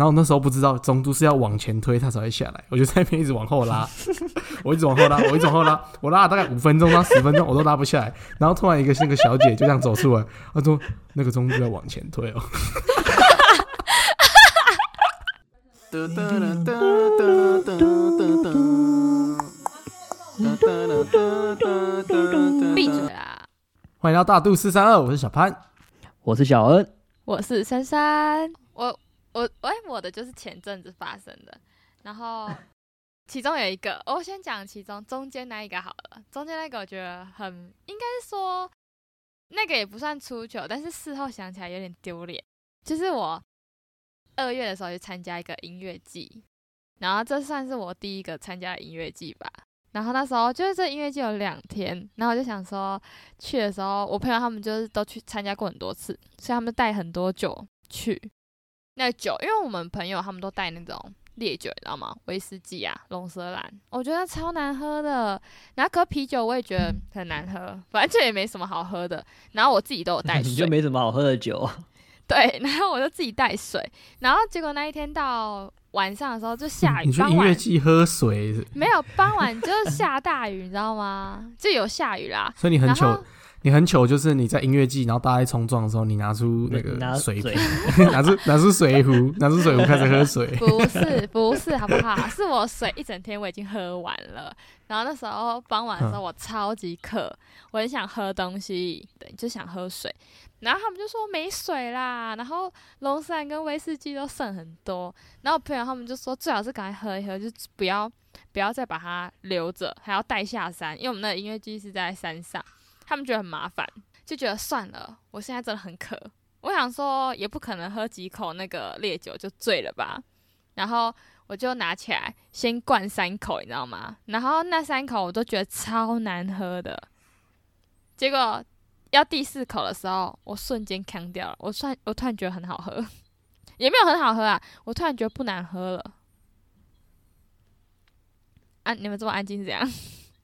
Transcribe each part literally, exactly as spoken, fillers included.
然后那时候不知道中柱是要往前推它才会下来，我就在那边一直往后拉，我一直往后拉，我一直往后拉，我拉了大概五分钟到十分钟，我都拉不下来。然后突然一个那个小姐就这样走出来，她说那个中柱要往前推哦。 闭嘴啦！ 欢迎到大肚四三二，我是小潘， 我是小恩， 我是珊珊。我我哎，我的就是前阵子发生的，然后其中有一个，我先讲其中中间那一个好了。中间那个我觉得很，应该是说那个也不算出糗，但是事后想起来有点丢脸。就是我二月的时候去参加一个音乐季，然后这算是我第一个参加的音乐季吧。然后那时候就是这音乐季有两天，然后我就想说去的时候，我朋友他们就是都去参加过很多次，所以他们带很多酒去。那个酒，因为我们朋友他们都带那种烈酒，你知道吗？威士忌啊，龙舌兰，我觉得超难喝的。然后可啤酒我也觉得很难喝，反正就也没什么好喝的。然后我自己都有带水， 你就没什么好喝的酒。 对，然后我就自己带水，然后结果那一天到晚上的时候就下雨。 你去音乐季喝水？ 没有，傍晚就是下大雨，你知道吗？就有下雨啦。 所以你很糗，你很糗，就是你在音乐季，然后大家在冲撞的时候，你拿出那个水瓶，拿出拿出水壶，拿出水壶开始喝水。 不是不是，好不好？是我水一整天我已经喝完了，然后那时候傍晚的时候我超级渴，我很想喝东西，对，就想喝水。然后他们就说没水啦，然后龙舌兰跟威士忌都剩很多，然后我朋友他们就说最好是赶快喝一喝，就不要不要再把它留着，还要带下山，因为我们那个音乐季是在山上，他们觉得很麻烦，就觉得算了，我现在真的很渴，我想说也不可能喝几口那个烈酒就醉了吧，然后我就拿起来先灌三口，你知道吗？然后那三口我都觉得超难喝的，结果要第四口的时候，我瞬间呛掉了。我突然，我突然觉得很好喝，也没有很好喝啊。我突然觉得不难喝了。啊，你们这么安静是怎样？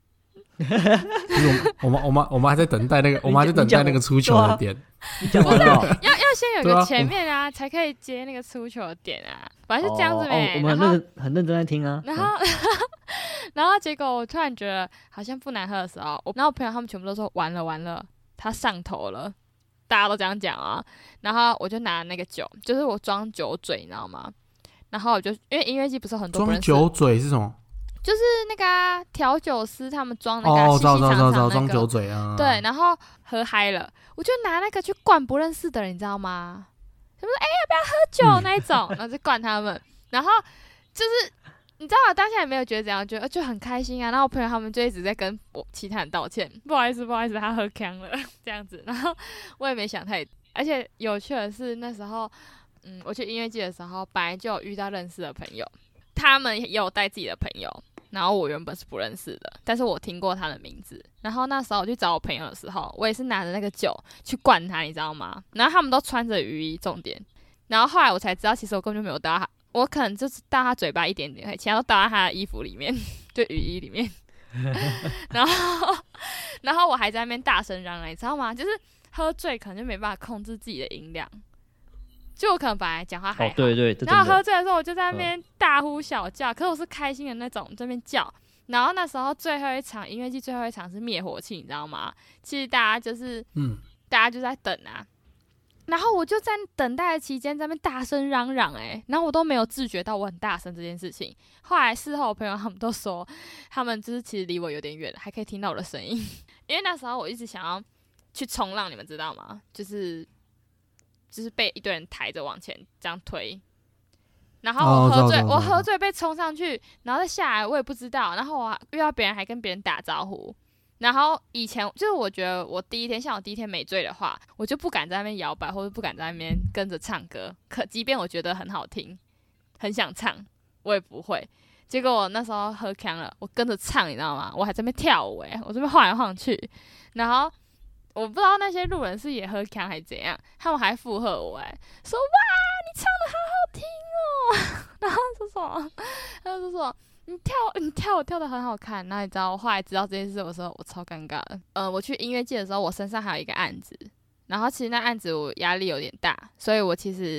我们我们我们还在等待那个，我们还在等待那个出球的点。 你讲完了， 要要先有个前面啊，才可以接那个出球的点啊。反正是这样子呗。 哦哦、我们很认很认真在听啊。 然后，然后结果我突然觉得好像不难喝的时候，我然后我朋友他们全部都说完了完了。他上头了，大家都这样讲啊。然后我就拿那个酒，就是我装酒嘴，你知道吗？然后我就因为音乐季不是很多不认识， 装酒嘴是什么？ 就是那个啊，调酒师他们装那个哦， 细细长长那个， 装酒嘴啊。 对，然后喝嗨了，我就拿那个去灌不认识的人，你知道吗？他们说：“哎、欸，要不要喝酒、嗯、那一种？”然后就灌他们，然后就是。你知道我当下也没有觉得怎样，觉得就很开心啊。然后我朋友他们就一直在跟我其他人道歉，不好意思，不好意思，他喝呛了这样子。然后我也没想太多，而且有趣的是那时候，嗯，我去音乐季的时候，本来就有遇到认识的朋友，他们也有带自己的朋友，然后我原本是不认识的，但是我听过他的名字。然后那时候我去找我朋友的时候，我也是拿着那个酒去灌他，你知道吗？然后他们都穿着雨衣，重点。然后后来我才知道，其实我根本就没有搭他。我可能就是到他嘴巴一点点，其他都倒在他的衣服里面，就雨衣里面。然后，然后我还在那边大声嚷嚷，你知道吗？就是喝醉可能就没办法控制自己的音量，就我可能本来讲话还好， 哦、对对， 然后喝醉的时候我就在那边大呼小叫，嗯、可是我是开心的那种，这边叫。然后那时候最后一场音乐季最后一场是灭火器，你知道吗？其实大家就是，嗯，大家就在等啊。然后我就在等待的期间在那边大声嚷嚷，哎，然后我都没有自觉到我很大声这件事情。后来事后我朋友他们都说，他们就是其实离我有点远，还可以听到我的声音。因为那时候我一直想要去冲浪，你们知道吗？就是就是被一堆人抬着往前这样推，然后我喝醉，哦、我喝醉被冲上去，然后再下来，我也不知道。然后我遇到别人还跟别人打招呼。然后以前就是我觉得我第一天像我第一天没醉的话，我就不敢在那边摇摆，或者不敢在那边跟着唱歌。可即便我觉得很好听，很想唱，我也不会。结果我那时候喝呛了，我跟着唱，你知道吗？我还在那边跳舞诶，我这边晃来晃去。然后我不知道那些路人是也喝呛还是怎样，他们还附和我诶，说哇你唱得好好听哦。然后说什么？他就说什么？你跳，你跳，我跳得很好看。然后你知道，我后来知道这件事的时候，我超尴尬的。呃，我去音乐季的时候，我身上还有一个案子，然后其实那案子我压力有点大，所以我其实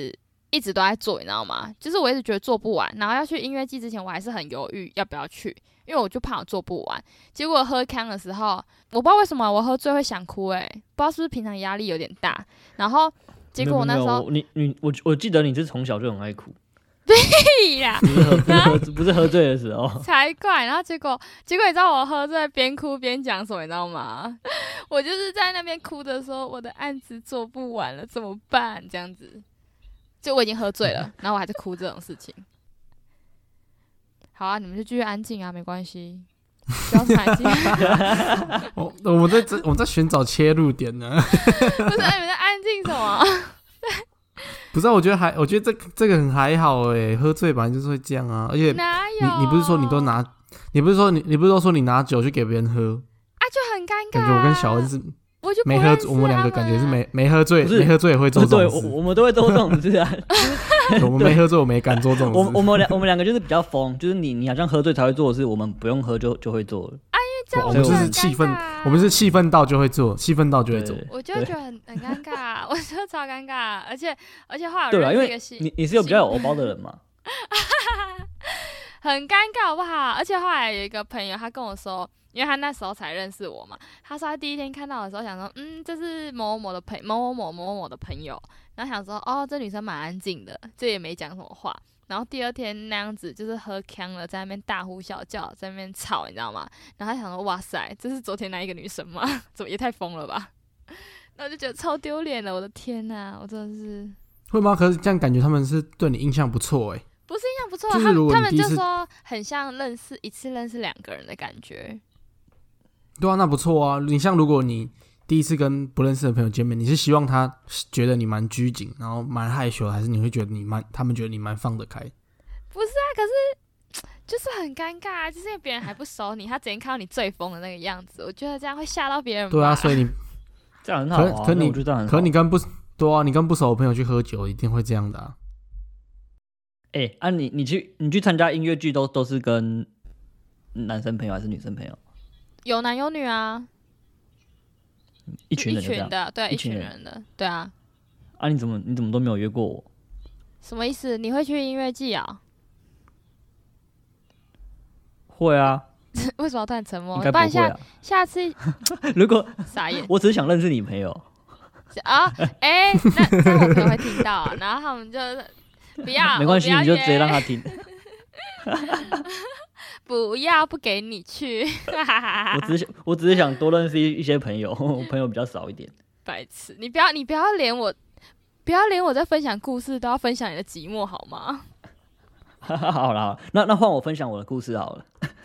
一直都在做，你知道吗？就是我一直觉得做不完，然后要去音乐季之前，我还是很犹豫要不要去，因为我就怕我做不完。结果喝康的时候，我不知道为什么我喝醉会想哭、欸，哎，不知道是不是平常压力有点大，然后结果我那时候， 你你我我记得你是从小就很爱哭。 屁啦， 不是喝不是喝不是喝醉的时候才怪。然后结果结果你知道我喝醉边哭边讲什么，你知道吗？我就是在那边哭的时候，我的案子做不完了，怎么办？这样子，就我已经喝醉了，然后我还在哭这种事情。好啊，你们就继续安静啊，没关系。不要安静。 我我们在我们在寻找切入点呢。 不是，你们在安静什么？ 不是、啊，我觉得还，我觉得这这个很还好哎，喝醉本来就是会这样啊，而且哪有你你不是说你都拿，你不是说你你不是都说你拿酒去给别人喝啊，就很尴尬、啊。 感觉我跟小恩是， 我就没喝，我们两个感觉是没没喝醉，没喝醉也会做这种事。 对，我们都会做这种事啊。 我们没喝醉，我没敢做这种事。 我我们两我们两个就是比较疯，就是你你好像喝醉才会做的事，我们不用喝就就会做了。 啊，因为这样我们就是气氛，我们是气氛到就会做，气氛到就会做。 我就觉得很很尴尬，我就超尴尬，而且而且后来我对啊，因为认识一个新， 你你是有比较有偶包的人嘛。 很尴尬好不好？而且后来有一个朋友，他跟我说，因为他那时候才认识我嘛，他说他第一天看到的时候想说，嗯，这是某某某的朋某某某某某的朋友，然后想说，哦，这女生蛮安静的，这也没讲什么话。然后第二天那样子就是喝呛了，在那边大呼小叫，在那边吵，你知道吗？然后他想说，哇塞，这是昨天那一个女生吗？怎么也太疯了吧？然后就觉得超丢脸的，我的天哪，我真的是会吗？可是这样感觉他们是对你印象不错哎、欸。 不是印象不错、啊， 就是如果他们就你第一次说很像认识一次认识两个人的感觉。 对啊，那不错啊。你像如果你第一次跟不认识的朋友见面，你是希望他觉得你蛮拘谨，然后蛮害羞，还是你会觉得你蛮他们觉得你蛮放得开？ 不是啊，可是就是很尴尬啊，就是因为别人还不熟你，他只能看到你最疯的那个样子，我觉得这样会吓到别人吧。 对啊，所以你这样很好、啊。 可可你可你跟不对啊，你跟不熟的朋友去喝酒，一定会这样的啊。 哎、欸、啊你，你去你去参加音乐剧都都是跟男生朋友还是女生朋友？ 有男有女啊， 一群人一群的，对，一群人, 人的，对啊。 啊，你怎么你怎么都没有约过我？ 什么意思？你会去音乐季啊？ 会啊。 为什么突然沉默？ 应该不会啊。 下下次如果傻眼， 我只是想认识你朋友啊。哎、欸，那那我朋友会听到、啊，然后他们就不要， 没关系，你就直接让他听。 不要，不给你去。 我只是我只是想多认识一些朋友，我朋友比较少一点。 白痴，你不要你不要连我不要连我在分享故事都要分享你的寂寞好吗？ 好了，那那换我分享我的故事好了。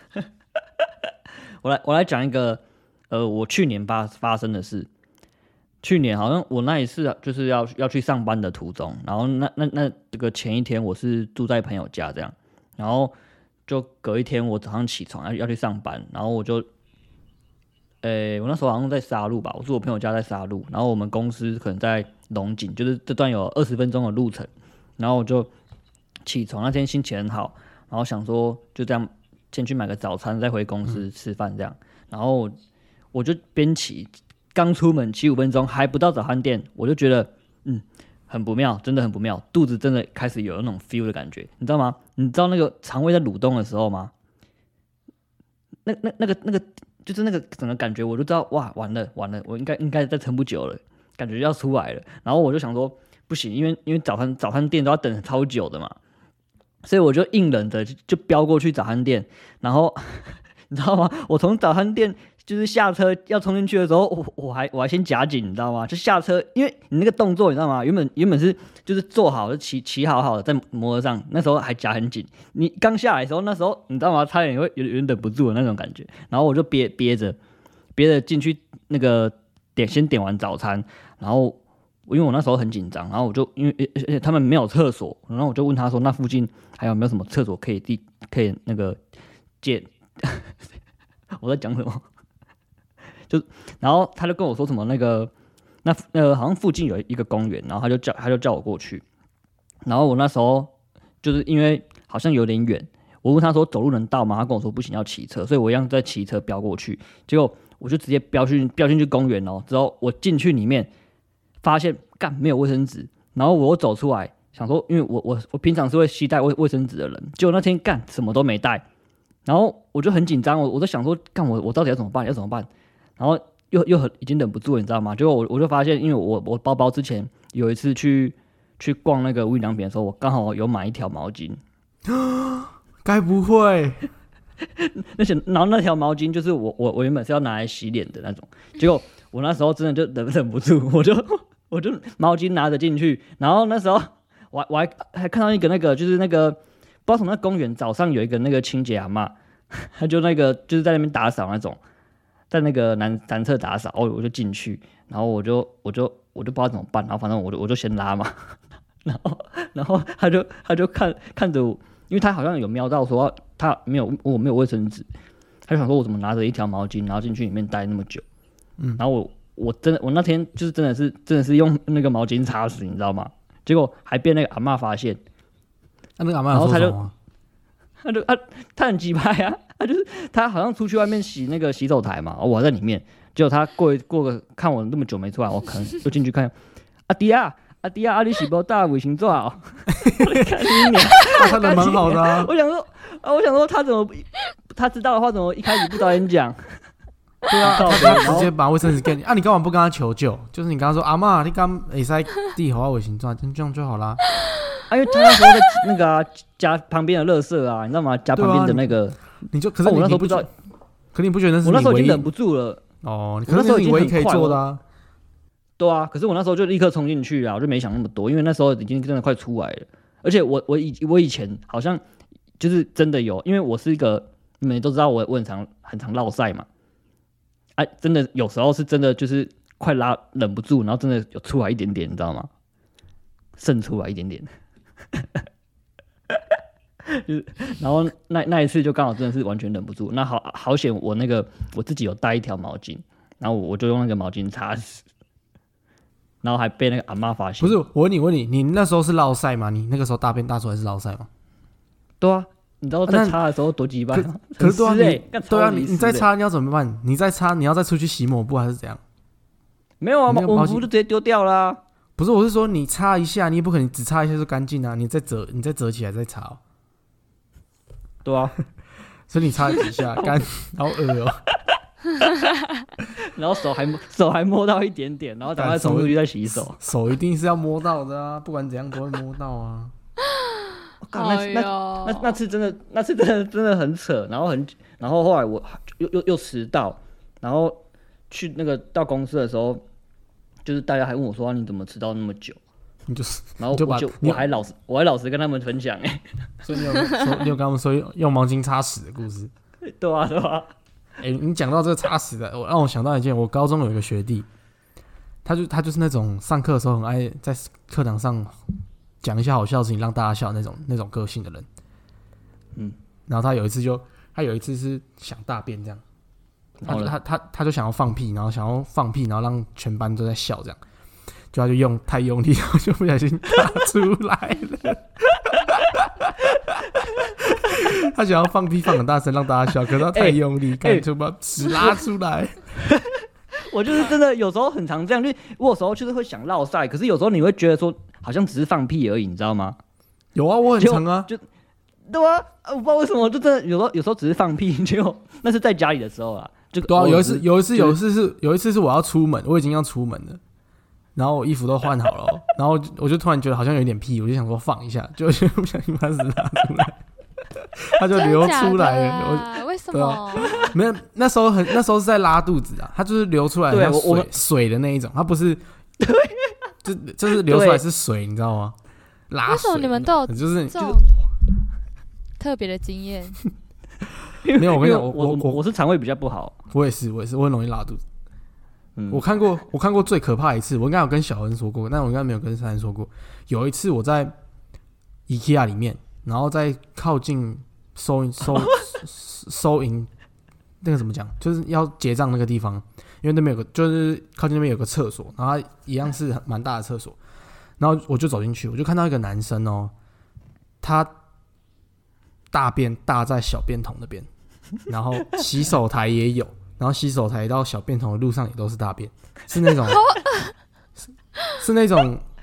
我来我来讲一个呃，我去年发发生的事。去年好像我那一次就是要要去上班的途中，然后那那那这个前一天我是住在朋友家这样，然后就隔一天我早上起床要要去上班，然后我就，诶、欸，我那时候好像在沙鹿吧，我住我朋友家在沙鹿，然后我们公司可能在龙井，就是这段有二十分钟的路程，然后我就起床，那天心情很好，然后想说就这样先去买个早餐，再回公司吃饭这样，然后我就边骑。刚出门骑五分钟还不到早餐店，我就觉得嗯很不妙，真的很不妙，肚子真的开始有那种 feel 的感觉，你知道吗？你知道那个肠胃在蠕动的时候吗？那那那个那个就是那个整个感觉，我就知道哇完了完了，我应该应该再撑不久了，感觉要出来了。然后我就想说不行，因为因为早餐早餐店都要等超久的嘛，所以我就硬忍着就飙过去早餐店，然后你知道吗？我从早餐店。就是下车要冲进去的时候，我我还我还先夹紧，你知道吗？就下车，因为你那个动作，你知道吗？原本原本是就是坐好，就骑骑好好的在摩托上，那时候还夹很紧。你刚下来的时候，那时候你知道吗？差点会有点忍不住的那种感觉。然后我就憋憋着，憋着进去那个点先点完早餐，然后因为我那时候很紧张，然后我就因为而且他们没有厕所，然后我就问他说，那附近还有没有什么厕所可以地可以那个借？我在讲什么？就然后他就跟我说什么那个那呃好像附近有一个公园，然后他就叫他就叫我过去，然后我那时候就是因为好像有点远，我问他说走路能到吗？他跟我说不行，要骑车，所以我一样在骑车飙过去，结果我就直接飙进飙进去公园哦，之后我进去里面发现干没有卫生纸，然后我走出来想说，因为我我我平常是会携带卫卫生纸的人，结果那天干什么都没带，然后我就很紧张，我我在想说，干我我到底要怎么办？要怎么办？然后又又很已经忍不住了，你知道吗？结果我我就发现，因为我我包包之前有一次去去逛那个无印良品的时候，我刚好有买一条毛巾。 该不会？ 那些，然后那条毛巾就是我我我原本是要拿来洗脸的那种，结果我那时候真的就忍忍不住，我就我就毛巾拿着进去，然后那时候我还我还还看到一个那个就是那个不知道从那公园早上有一个那个清洁阿嬷，他就那个就是在那边打扫那种，在那个南南侧打扫，哦我就进去，然后我就我就我就不知道怎么办，然后反正我就我就先拉嘛，然后然后他就他就看看着我。因为他好像有瞄到说他没有我没有卫生纸，他就想说我怎么拿着一条毛巾，然后进去里面待那么久，嗯，然后我我真的我那天就是真的是真的是用那个毛巾擦死，你知道吗？结果还被那个阿嬷发现， 那、啊、那个阿嬷说什么？ 他就他他很鸡掰啊，他就是他好像出去外面洗那个洗手台嘛，我在里面，结果他过过个看我那么久没出来，我可能就进去看，阿弟啊。阿弟啊，阿你洗包大卫星座哦，看你脸， 他人蛮好的啊。 我想说，啊，我想说他怎么他知道的话，怎么一开始不早点讲？ 对啊，他他直接把卫生纸给你啊，你干嘛不跟他求救？就是你跟他说阿嬷，你刚会使地好卫星座，这样就好啦。 啊，因为他那时候在那个、啊、家旁边的垃圾啊，你知道吗？家旁边的那个， 啊、你就可是你、 哦、我那时候不知道， 可你不觉得那是我那时候已经你唯一忍不住了哦？可是那是你唯一可以做的啊。 对啊，可是我那时候就立刻冲进去啊，我就没想那么多，因为那时候已经真的快出来了，而且我我以我以前好像就是真的有，因为我是一个你们都知道我我很常很常落赛嘛，哎、啊，真的有时候是真的就是快拉忍不住，然后真的有出来一点点，你知道吗？渗出来一点点，就是，然后那那一次就刚好真的是完全忍不住，那好好险我那个我自己有带一条毛巾，然后我就用那个毛巾擦死。然后还被那个阿嬷发现。 不是，我问你，问你，你那时候是落晒吗？你那个时候大便大出来是落晒吗？ 对啊，你知道在擦的时候多鸡掰吗？ 可是对啊， 你对啊，你你再擦你要怎么办？你再擦你要再出去洗抹布还是怎样？ 没有啊，我抹布就直接丢掉啦、啊。 不是，我是说你擦一下，你也不可能只擦一下就干净啊，你再折，你再折起来再擦、哦。 对啊， 所以你擦几下干，好恶哦。 然后手还手还摸到一点点，然后赶快冲出去再洗手。 手一定是要摸到的啊，不管怎样都会摸到啊。 那那那那次真的，那次真的真的很扯，然后很，然后后来我又又又迟到，然后去那个到公司的时候，就是大家还问我说、啊、你怎么迟到那么久？ 你就是， 然后我就我还老实我还老实跟他们分享哎、欸， 所以你有说你有跟他们说用毛巾擦屎的故事？ 对啊对啊。 哎、欸，你讲到这个擦屎的，我让我想到一件，我高中有一个学弟，他就他就是那种上课的时候很爱在课堂上讲一些好笑的事情让大家笑那种那种个性的人，嗯，然后他有一次就他有一次是想大便这样，他就他他他就想要放屁，然后想要放屁，然后让全班都在笑这样，就他就用太用力，然后就不小心打出来了。他想要放屁放很大声让大家笑，可是他太用力，看就把屎拉出来。 我就是真的有时候很常这样，就是我有时候就是会想落赛，可是有时候你会觉得说好像只是放屁而已，你知道吗？ 有啊，我很常啊， 就对啊，我不知道为什么，就真的有时候有时候只是放屁，结果那是在家里的时候啊，就对啊，有一次有一次有一次是有一次是我要出门，我已经要出门了。然后我衣服都换好了、喔，然后我就突然觉得好像有点屁，我就想说放一下，就就不小心把屎拉出来，他就流出来了。 啊、为什么、啊？ 没有，那时候很那时候是在拉肚子啊，他就是流出来像水水的那一种，他不是，就就是流出来是水，你知道吗？拉水。 为什么你们都有就是这种特别的经验？ 没有，我跟你讲， 我我我我是肠胃比较不好， 我也是，我也是，我很容易拉肚子。 嗯、 我看过，我看过最可怕一次，我应该有跟小恩说过，但我应该没有跟珊珊说过。有一次我在 IKEA 里面，然后在靠近收收收银那个怎么讲，就是要结账那个地方，因为那边有个，就是靠近那边有个厕所，然后它一样是蛮大的厕所，然后我就走进去，我就看到一个男生哦，他大便大在小便桶那边，然后洗手台也有。然后洗手台到小便桶的路上也都是大便，是那种是, 是那种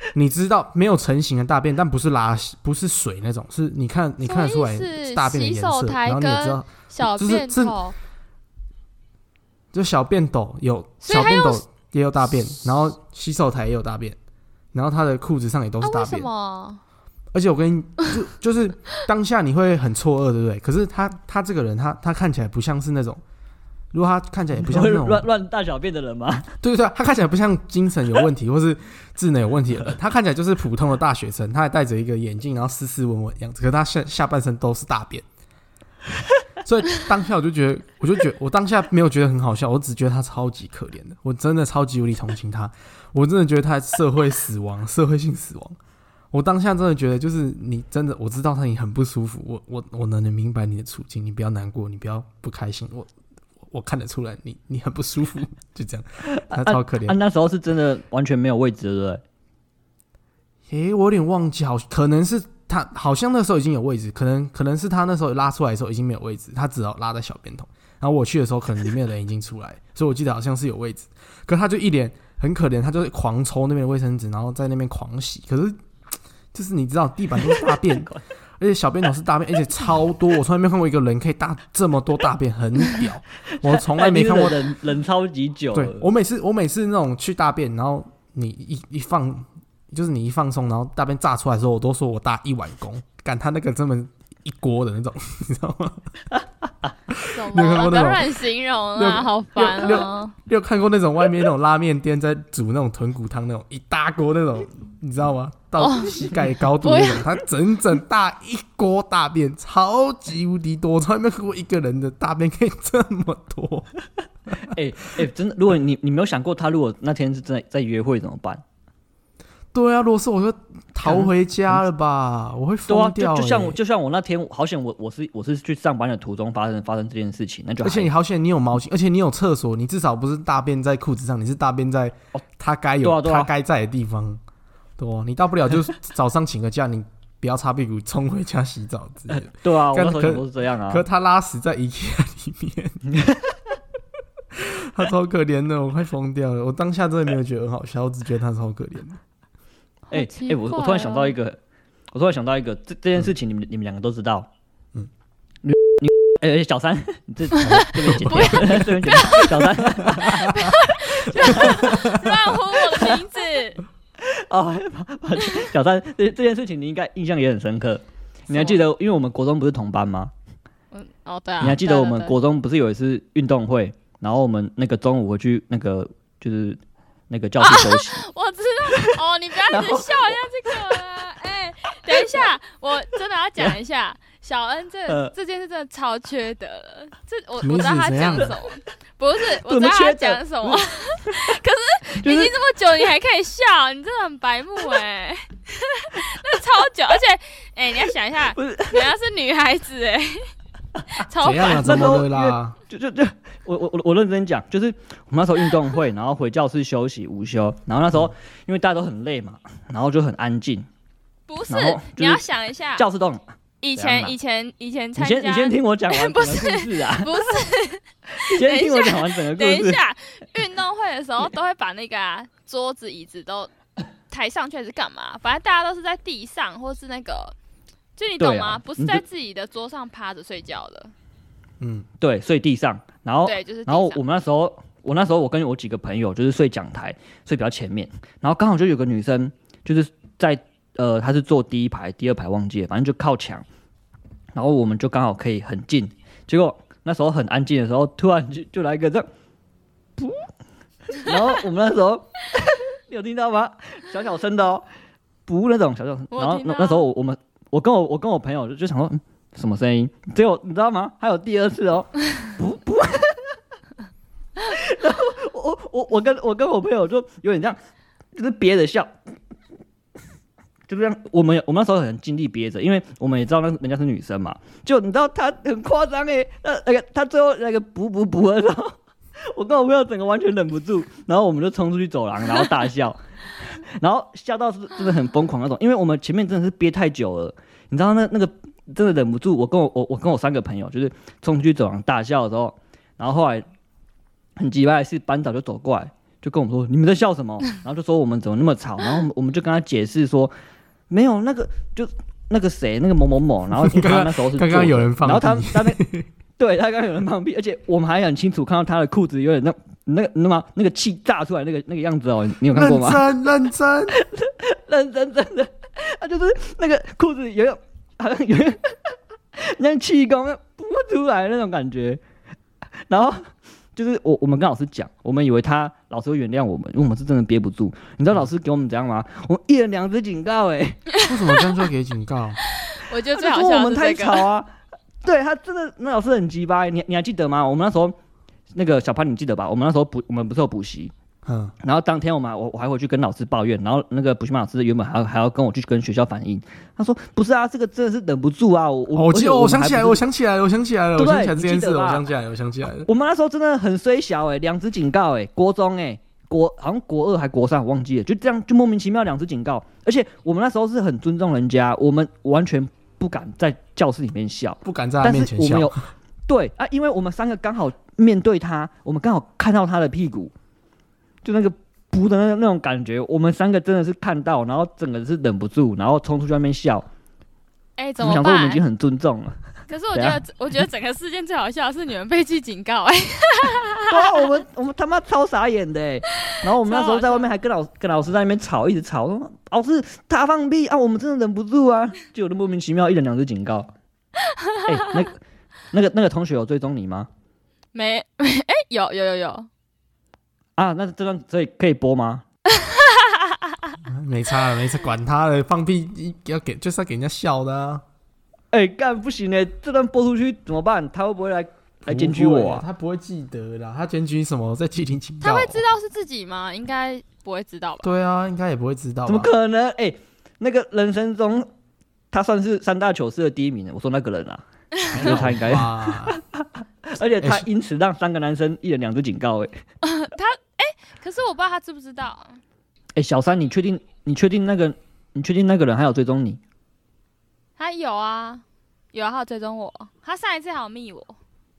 你知道没有成型的大便，但不是拉不是水那种，是你看你看得出来是大便的颜色，然后你也知道小便头， 就小便斗有小便斗也有大便，然后洗手台也有大便，然后他的裤子上也都是大便。啊、为什么？而且我跟你就就是当下你会很错愕，对不对？可是他他这个人他他看起来不像是那种。如果他看起来也不像那种乱乱大小便的人吗？ 对对对，他看起来不像精神有问题或是智能有问题的人，他看起来就是普通的大学生，他还戴着一个眼镜，然后斯斯文文的样子，可是他 下, 下半身都是大便，所以当下我就觉得，我就觉得我当下没有觉得很好笑，我只觉得他超级可怜的，我真的超级无力同情他，我真的觉得他社会死亡，社会性死亡。我当下真的觉得，就是你真的，我知道他你很不舒服，我我我能明白你的处境，你不要难过，你不要不开心，我。我看得出来你，你很不舒服，就这样，他超可怜。 啊啊、那时候是真的完全没有位置，对不对？ 诶，我有点忘记，好，可能是他，好像那时候已经有位置，可能可能是他那时候拉出来的时候已经没有位置，他只好拉在小便桶。然后我去的时候，可能里面的人已经出来，所以我记得好像是有位置。可是他就一脸很可怜，他就狂抽那边的卫生纸，然后在那边狂洗。可是就是你知道，地板都是大便。而且小便桶是大便，而且超多，我从来没看过一个人可以大这么多大便，很屌。我从来没看过人人超级久。 对，我每次我每次那种去大便，然后你一一放，就是你一放松，然后大便炸出来的时候，我都说我大一碗公，干他那个这么一锅的那种，你知道吗？ 你有看过那种？不要乱形容啊，好烦哦！ 你有看过那种外面那种拉面店在煮那种豚骨汤那种一大锅那种，你知道吗？到膝盖高度那种，他整整大一锅大便，超级无敌多，我从来没看过一个人的大便可以这么多。 哎哎、欸欸，真的，如果你你没有想过，他如果那天是真的在约会怎么办？ 对啊，如果是我就逃回家了吧，嗯、我会疯掉、欸。 对啊，就, 就像我就像我那天，好险我我是我是去上班的途中发生发生这件事情，那就而且你好险，你有毛巾，而且你有厕所，你至少不是大便在裤子上，你是大便在他该有、哦啊啊、他该在的地方。对啊，你大不了就早上请个假，你不要擦屁股冲回家洗澡之类的。 对啊，我那时候都是这样啊。 可是他拉屎在 IKEA 里面，他超可怜的，我快疯掉了。我当下真的没有觉得很好笑，我只觉得他超可怜的。 哎、欸欸、我我突然想到一个，我突然想到一个，这这件事情你们、嗯、你们两个都知道。嗯，你你哎、欸，小三，你这这边剪掉，这边剪掉，小三， 乱呼我的名字。 哦，小三，这这件事情你应该印象也很深刻。你还记得，因为我们国中不是同班吗？ 嗯，哦对啊。 你还记得我们国中不是有一次运动会，然后我们那个中午回去那个就是那个教室休息。 啊、我知道，哦，你不要一直笑一下这个啊！哎、欸，等一下，我真的要讲一下，小恩这、呃、这件事真的超缺德了。这我我知道他讲什么，不是我知道他讲什么，可是已经这么久，你还可以笑，你真的很白目哎、欸，那超久，而且哎、欸，你要想一下，人家是女孩子哎、欸，超烦， 怎么了啦？ 就就就我我我认真讲，就是我们那时候运动会，然后回教室休息午休，然后那时候因为大家都很累嘛，然后就很安静。 不是，你要想一下， 教室都很以前以前以前参加， 你先你先听我讲完整个故事啊， 不是， 你先听我讲完整个故事。 等一下，运动会的时候都会把那个、啊、桌子椅子都抬上去，还是干嘛？反正大家都是在地上，或是那个，就你懂吗？啊、不是在自己的桌上趴着睡觉的。 嗯，对，睡地上，然后对，就是然后我们那时候，我那时候我跟我几个朋友就是睡讲台，睡比较前面，然后刚好就有个女生，就是在呃，她是坐第一排、第二排忘记了，反正就靠墙，然后我们就刚好可以很近，结果那时候很安静的时候，突然就就来一个这样，噗，然后我们那时候你有听到吗？小小声的哦，噗那种小小声，然后 那, 那时候我们我跟我我跟我朋友就就想说。嗯什么声音？结果你知道吗？还有第二次哦，不不，然后我我我跟我跟我朋友就有点这样，就是憋着笑，就这样。我们我们那时候很尽力憋着，因为我们也知道那人家是女生嘛。就你知道她很夸张哎，那那个她最后那个补补补的时候，我跟我朋友整个完全忍不住，然后我们就冲出去走廊，然后大笑，然后笑到是真的很疯狂那种，因为我们前面真的是憋太久了，你知道那那个。真的忍不住，我跟我我我跟我三个朋友就是冲出去走廊大笑的时候，然后后来很奇怪的是班长就走过来， 就跟我们说你们在笑什么，然后就说我们怎么那么吵，然后我们就跟他解释说没有那个就那个谁那个某某某，然后他那时候是刚刚有人放屁， 然后他他那对他刚刚有人放屁，而且我们还很清楚看到他的裤子有点那那个那么那个气炸出来那个那个样子哦，你有看过吗？ 认真认真认真真的，他就是那个裤子有点好像有点像气功不出来那种感觉，然后就是我我们跟老师讲，我们以为他老师会原谅我们，因为我们是真的憋不住。你知道老师给我们怎样吗？我们一人两只警告哎、欸！ 为什么这样就给警告？ 我觉得最好笑的是、这个、 我们太吵啊！对他真的那老师很鸡巴，你你还记得吗？我们那时候那个小潘你记得吧？我们那时候补我们不是有补习。嗯，然后当天我们我我还回去跟老师抱怨，然后那个补习班老师原本还要还要跟我去跟学校反映，他说不是啊，这个真的是忍不住啊！我我、 哦、我, 我想起来，我想起来了，我想起来了，我想起来这件事，我想起来了，我想起来了。 我们那时候真的很衰小哎、欸，两只警告哎、欸，国中哎、欸，国好像国二还国三我忘记了，就这样就莫名其妙两只警告，而且我们那时候是很尊重人家，我们完全不敢在教室里面笑， 不敢在他面前笑。 但是我们有对啊，因为我们三个刚好面对他，我们刚好看到他的屁股，就那个。扑的那那种感觉，我们三个真的是看到，然后整个是忍不住，然后冲出去外面笑。 哎、欸，怎么办？ 我想说我们已经很尊重了。 可是我觉得，我觉得整个事件最好笑的是你们被记警告、欸，哎， 对啊，我们我们他妈超傻眼的、欸，然后我们那时候在外面还跟老跟老师在那边吵，一直吵，说老师他放屁啊，我们真的忍不住啊，就有的莫名其妙一人两只警告。哎、欸，那那个那个同学有追踪你吗？ 没，哎、欸，有有有有。 啊，那这段可以可以播吗？ 没差了，没差，管他了，放屁要给就是要给人家笑的啊！ 哎、欸，干不行哎，这段播出去怎么办？他会不会来来检举我啊？ 他不会记得啦，他检举什么？在记警警告。 他会知道是自己吗？应该不会知道吧？ 对啊，应该也不会知道吧。 怎么可能？哎、欸，那个人生中他算是三大糗事的第一名。我说那个人啊，我觉得他应该。而且他因此让三个男生一人两只警告、欸，哎、 呃，他哎、欸，可是我不知道他知不知道。 哎、欸，小三，你确定？你确定那个？你确定那个人还有追踪你？ 他有啊，有啊，他有追踪我。他上一次还有密我。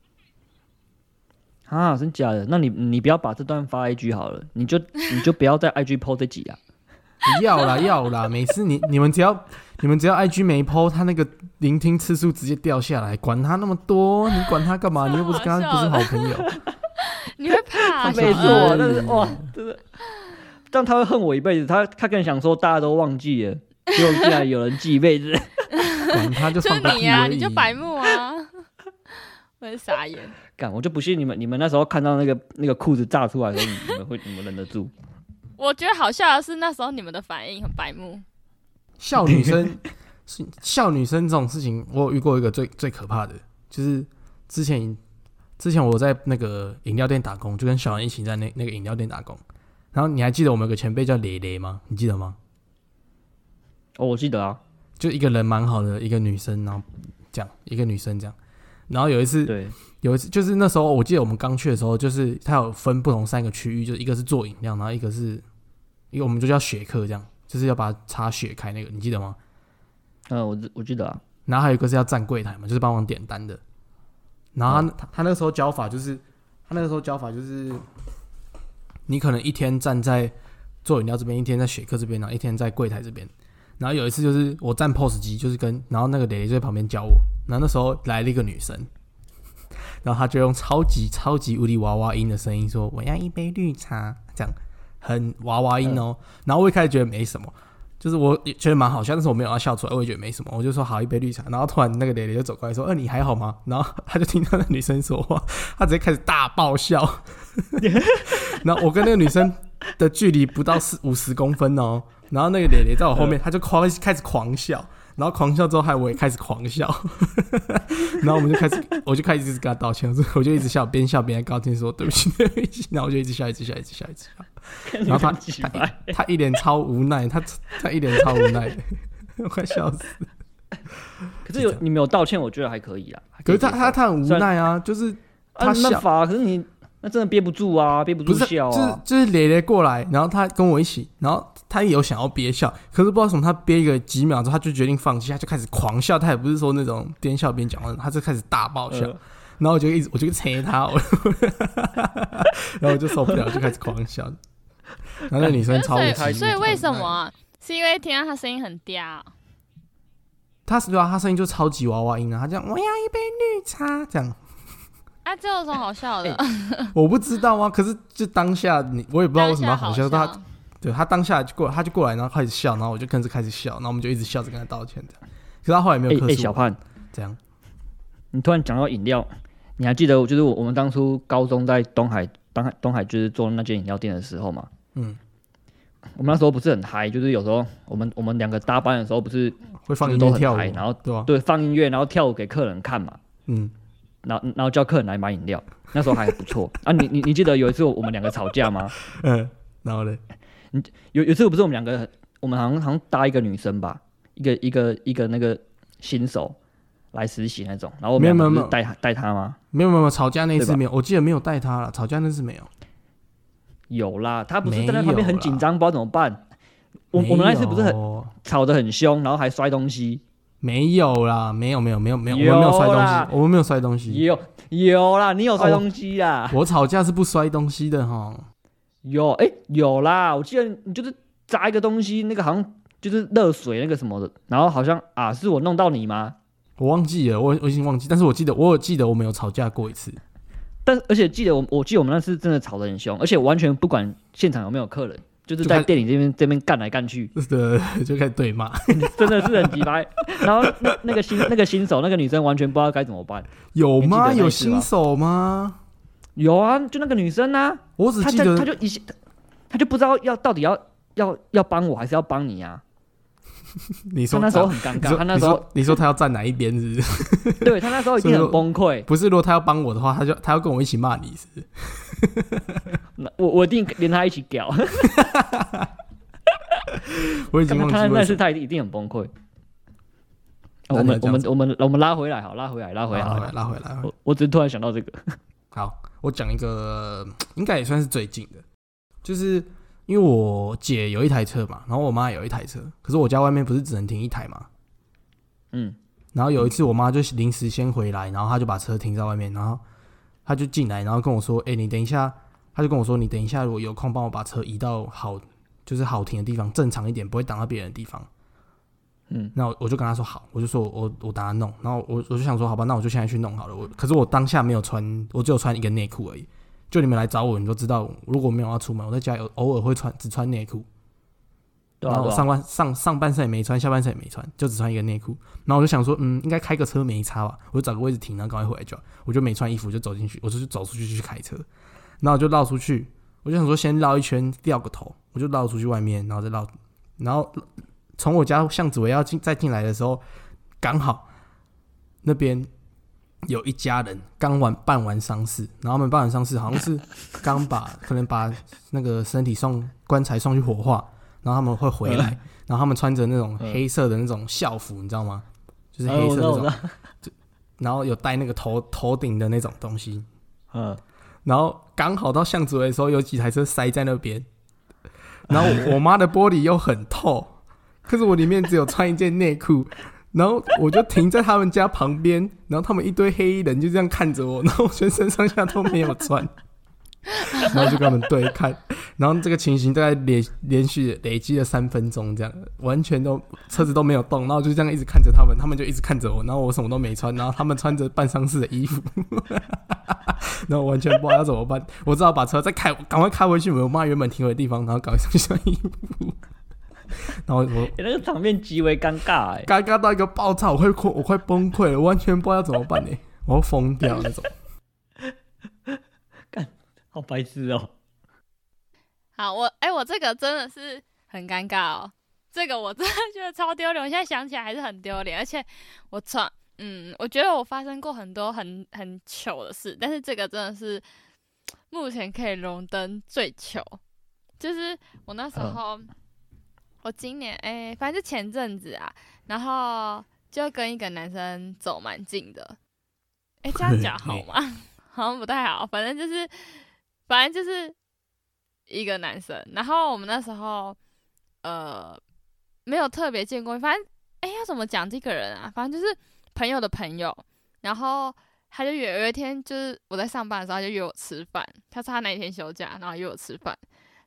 啊，真假的？那你你不要把这段发 I G 好了，你就你就不要在 I G po 这集啊。 要啦要啦，每次你你们只要你们只要 I G 没 po， 他那个聆听次数直接掉下来，管他那么多，你管他干嘛？你又不是跟他不是好朋友。 你会怕？ 没错，但是哇，真的，这样他会恨我一辈子。他他更想说大家都忘记了，结果竟然有人记一辈子。 管他就放个屁而已。 就你啊，你就白目啊，我是傻眼。 干，我就不信你们你们那时候看到那个那个裤子炸出来的时候，你们会你们忍得住？ 我觉得好笑的是那时候你们的反应很白目。 笑女生，笑女生这种事情，我有遇过一个最最可怕的，就是之前之前我在那个饮料店打工，就跟小杨一起在那那个饮料店打工。然后你还记得我们有个前辈叫蕾蕾吗？你记得吗？ 哦，我记得啊， 就一个人蛮好的一个女生，然后这样一个女生这样。然后有一次， 对， 有一次就是那时候我记得我们刚去的时候，就是它有分不同三个区域，就是一个是做饮料，然后一个是一个我们就叫雪克这样。就是要把它插血开那个，你记得吗？ 嗯、呃，我我记得啊。 然后还有一个是要站柜台嘛，就是帮忙点单的。然后他、嗯、他, 他那个时候教法就是，他那个时候教法就是，你可能一天站在做饮料这边，一天在雪克这边，然后一天在柜台这边。然后有一次就是我站 P O S 机，就是跟然后那个蕾蕾就在旁边教我。然后那时候来了一个女生，然后她就用超级超级无敌娃娃音的声音说：“我要一杯绿茶。”这样。很娃娃音哦、嗯，然后我一开始觉得没什么，就是我觉得蛮好笑，但是我没有要笑出来，我也觉得没什么，我就说好一杯绿茶，然后突然那个蕾蕾就走过来说：“呃，你还好吗？”然后他就听到那女生说话，他直接开始大爆笑，然后我跟那个女生的距离不到四五十公分哦，然后那个蕾蕾在我后面，他就狂开始狂笑。然后狂笑之后，害我也开始狂笑，然后我们就开始，我就开始一直跟他道歉，我就一直笑，边笑边在道歉说对不起对不起，然后我就一直笑一直笑一直笑一直笑，然后他他他一脸超无奈，他他一脸超无奈的，我快笑死。 可是有你没有道歉，我觉得还可以啦。 可是他他他很无奈啊，就是他笑， 啊、没办法，可是你那真的憋不住啊，憋不住笑啊。 不是就是就是蕾蕾过来，然后他跟我一起，然后他也有想要憋笑，可是不知道为什么他憋一个几秒之后，他就决定放弃，他就开始狂笑，他也不是说那种边笑边讲话，他就开始大爆笑，呃、然后我就一直我就捶他，我然后我就受不了，就开始狂笑。 然后那女生超级， 所以为什么、啊？是因为听到她声音很嗲、啊。 她是对啊，她声音就超级娃娃音啊，她讲我要一杯绿茶这样。 啊，这有什么好笑的？欸、 我不知道啊，可是就当下你我也不知道为什么要好笑，他对他当下就过来，他就过来，然后开始笑，然后我就跟着开始笑，然后我们就一直笑着跟他道歉这样。可是他后来没有客诉。哎、欸欸， 小胖， 这样， 你突然讲到饮料，你还记得就是我们当初高中在东海东海东海就是做那间饮料店的时候嘛？嗯，我们那时候不是很嗨，就是有时候我们我们两个搭班的时候不是会放音乐跳舞， 然后对、啊、 对放音乐，然后跳舞给客人看嘛。嗯。然后，然后叫客人来买饮料，那时候还不错啊。你你你记得有一次我们两个吵架吗？ 嗯，然后呢？ 你有有一次不是我们两个，我们好像好像搭一个女生吧，一个一个一个那个新手来实习那种，然后我们两个带带她吗？ 没有没有吵架那次没有，我记得没有带她了，吵架那次没有。 有啦，她不是站在旁边很紧张，不知道怎么办。我我们那次不是很吵得很凶，然后还摔东西。 没有啦，没有没有没有没有，我们没有摔东西，我们没有摔东西。 有有啦，你有摔东西啦。 我, 我吵架是不摔东西的哈。 有哎、欸、有啦，我记得你就是砸一个东西，那个好像就是热水那个什么的，然后好像啊是我弄到你吗？ 我忘记了，我我已经忘记，但是我记得我有记得我们有吵架过一次。 但而且记得我我记得我们那次真的吵得很凶，而且完全不管现场有没有客人。就是在店里这边这边干来干去， 对，就开始对骂， 真的是很鸡掰。然后那那个新那个新手那个女生完全不知道该怎么办。 有吗？有新手吗？ 有啊，就那个女生啊， 我只记得她就一她她就不知道要到底要要要帮我还是要帮你啊。 你说他那时候很尴尬，他那时候你说他要站哪一边是不是？ 对他那时候一定很崩溃。 不是，如果他要帮我的话，他就他要跟我一起骂你是不是？ 我我一定连他一起屌。 我已经忘记他那次他一定很崩溃。我们我们我们我们拉回来，好，拉回来，拉回来， 拉回来，拉回来。 我我只是突然想到这个。 好，我讲一个，应该也算是最近的，就是因为我姐有一台车嘛，然后我妈有一台车，可是我家外面不是只能停一台嘛，嗯，然后有一次我妈就临时先回来，然后她就把车停在外面，然后她就进来，然后跟我说：“哎、欸，你等一下。”她就跟我说：“你等一下，如果有空，帮我把车移到好，就是好停的地方，正常一点，不会挡到别人的地方。”嗯，那我就跟她说好，我就说我我打算弄，然后我我就想说好吧，那我就现在去弄好了。我可是我当下没有穿，我只有穿一个内裤而已。就你们来找我，你都知道，如果没有要出门，我在家有偶尔会穿，只穿内裤。 对啊， 然后我上半上上半身也没穿，下半身也没穿，就只穿一个内裤。然后我就想说，嗯，应该开个车没差吧，我就找个位置停，然后赶快回来就好。我就没穿衣服就走进去，我就走出去去开车，然后我就绕出去，我就想说先绕一圈掉个头，我就绕出去外面，然后再绕，然后从我家巷子尾要进再进来的时候，刚好那边有一家人刚完办完丧事，然后他们办完丧事好像是刚把可能把那个身体送棺材送去火化，然后他们会回来，然后他们穿着那种黑色的那种校服，你知道吗？就是黑色的那种，然后有戴那个头头顶的那种东西，嗯，然后刚好到巷子尾的时候，有几台车塞在那边，然后我妈的玻璃又很透，可是我里面只有穿一件内裤。然后我就停在他们家旁边，然后他们一堆黑衣人就这样看着我，然后我全身上下都没有穿，然后就跟他们对看，然后这个情形大概连连续累积了三分钟，这样完全都车子都没有动，然后就这样一直看着他们，他们就一直看着我，然后我什么都没穿，然后他们穿着办丧事的衣服，然后我完全不知道要怎么办，我只好把车再开，赶快开回去我妈原本停回的地方，然后赶快上去穿衣服。然后我、 欸、那个场面极为尴尬哎、欸， 尴尬到一个爆炸，我快我快崩溃了，我完全不知道怎么办呢、欸，我要疯掉那种。 干，好白痴哦、喔！ 好，我哎、欸，我这个真的是很尴尬哦，这个我真的觉得超丢脸，我现在想起来还是很丢脸，而且我从嗯，我觉得我发生过很多很很糗的事，但是这个真的是目前可以荣登最糗，就是我那时候。嗯我今年哎、欸，反正就前阵子啊，然后就跟一个男生走蛮近的，哎、欸，这样讲好吗？好像不太好，反正就是，反正就是一个男生，然后我们那时候呃没有特别见过，反正哎、欸、要怎么讲这个人啊？反正就是朋友的朋友，然后他就约有一天就是我在上班的时候，他就约我吃饭，他说他那一天休假，然后约我吃饭。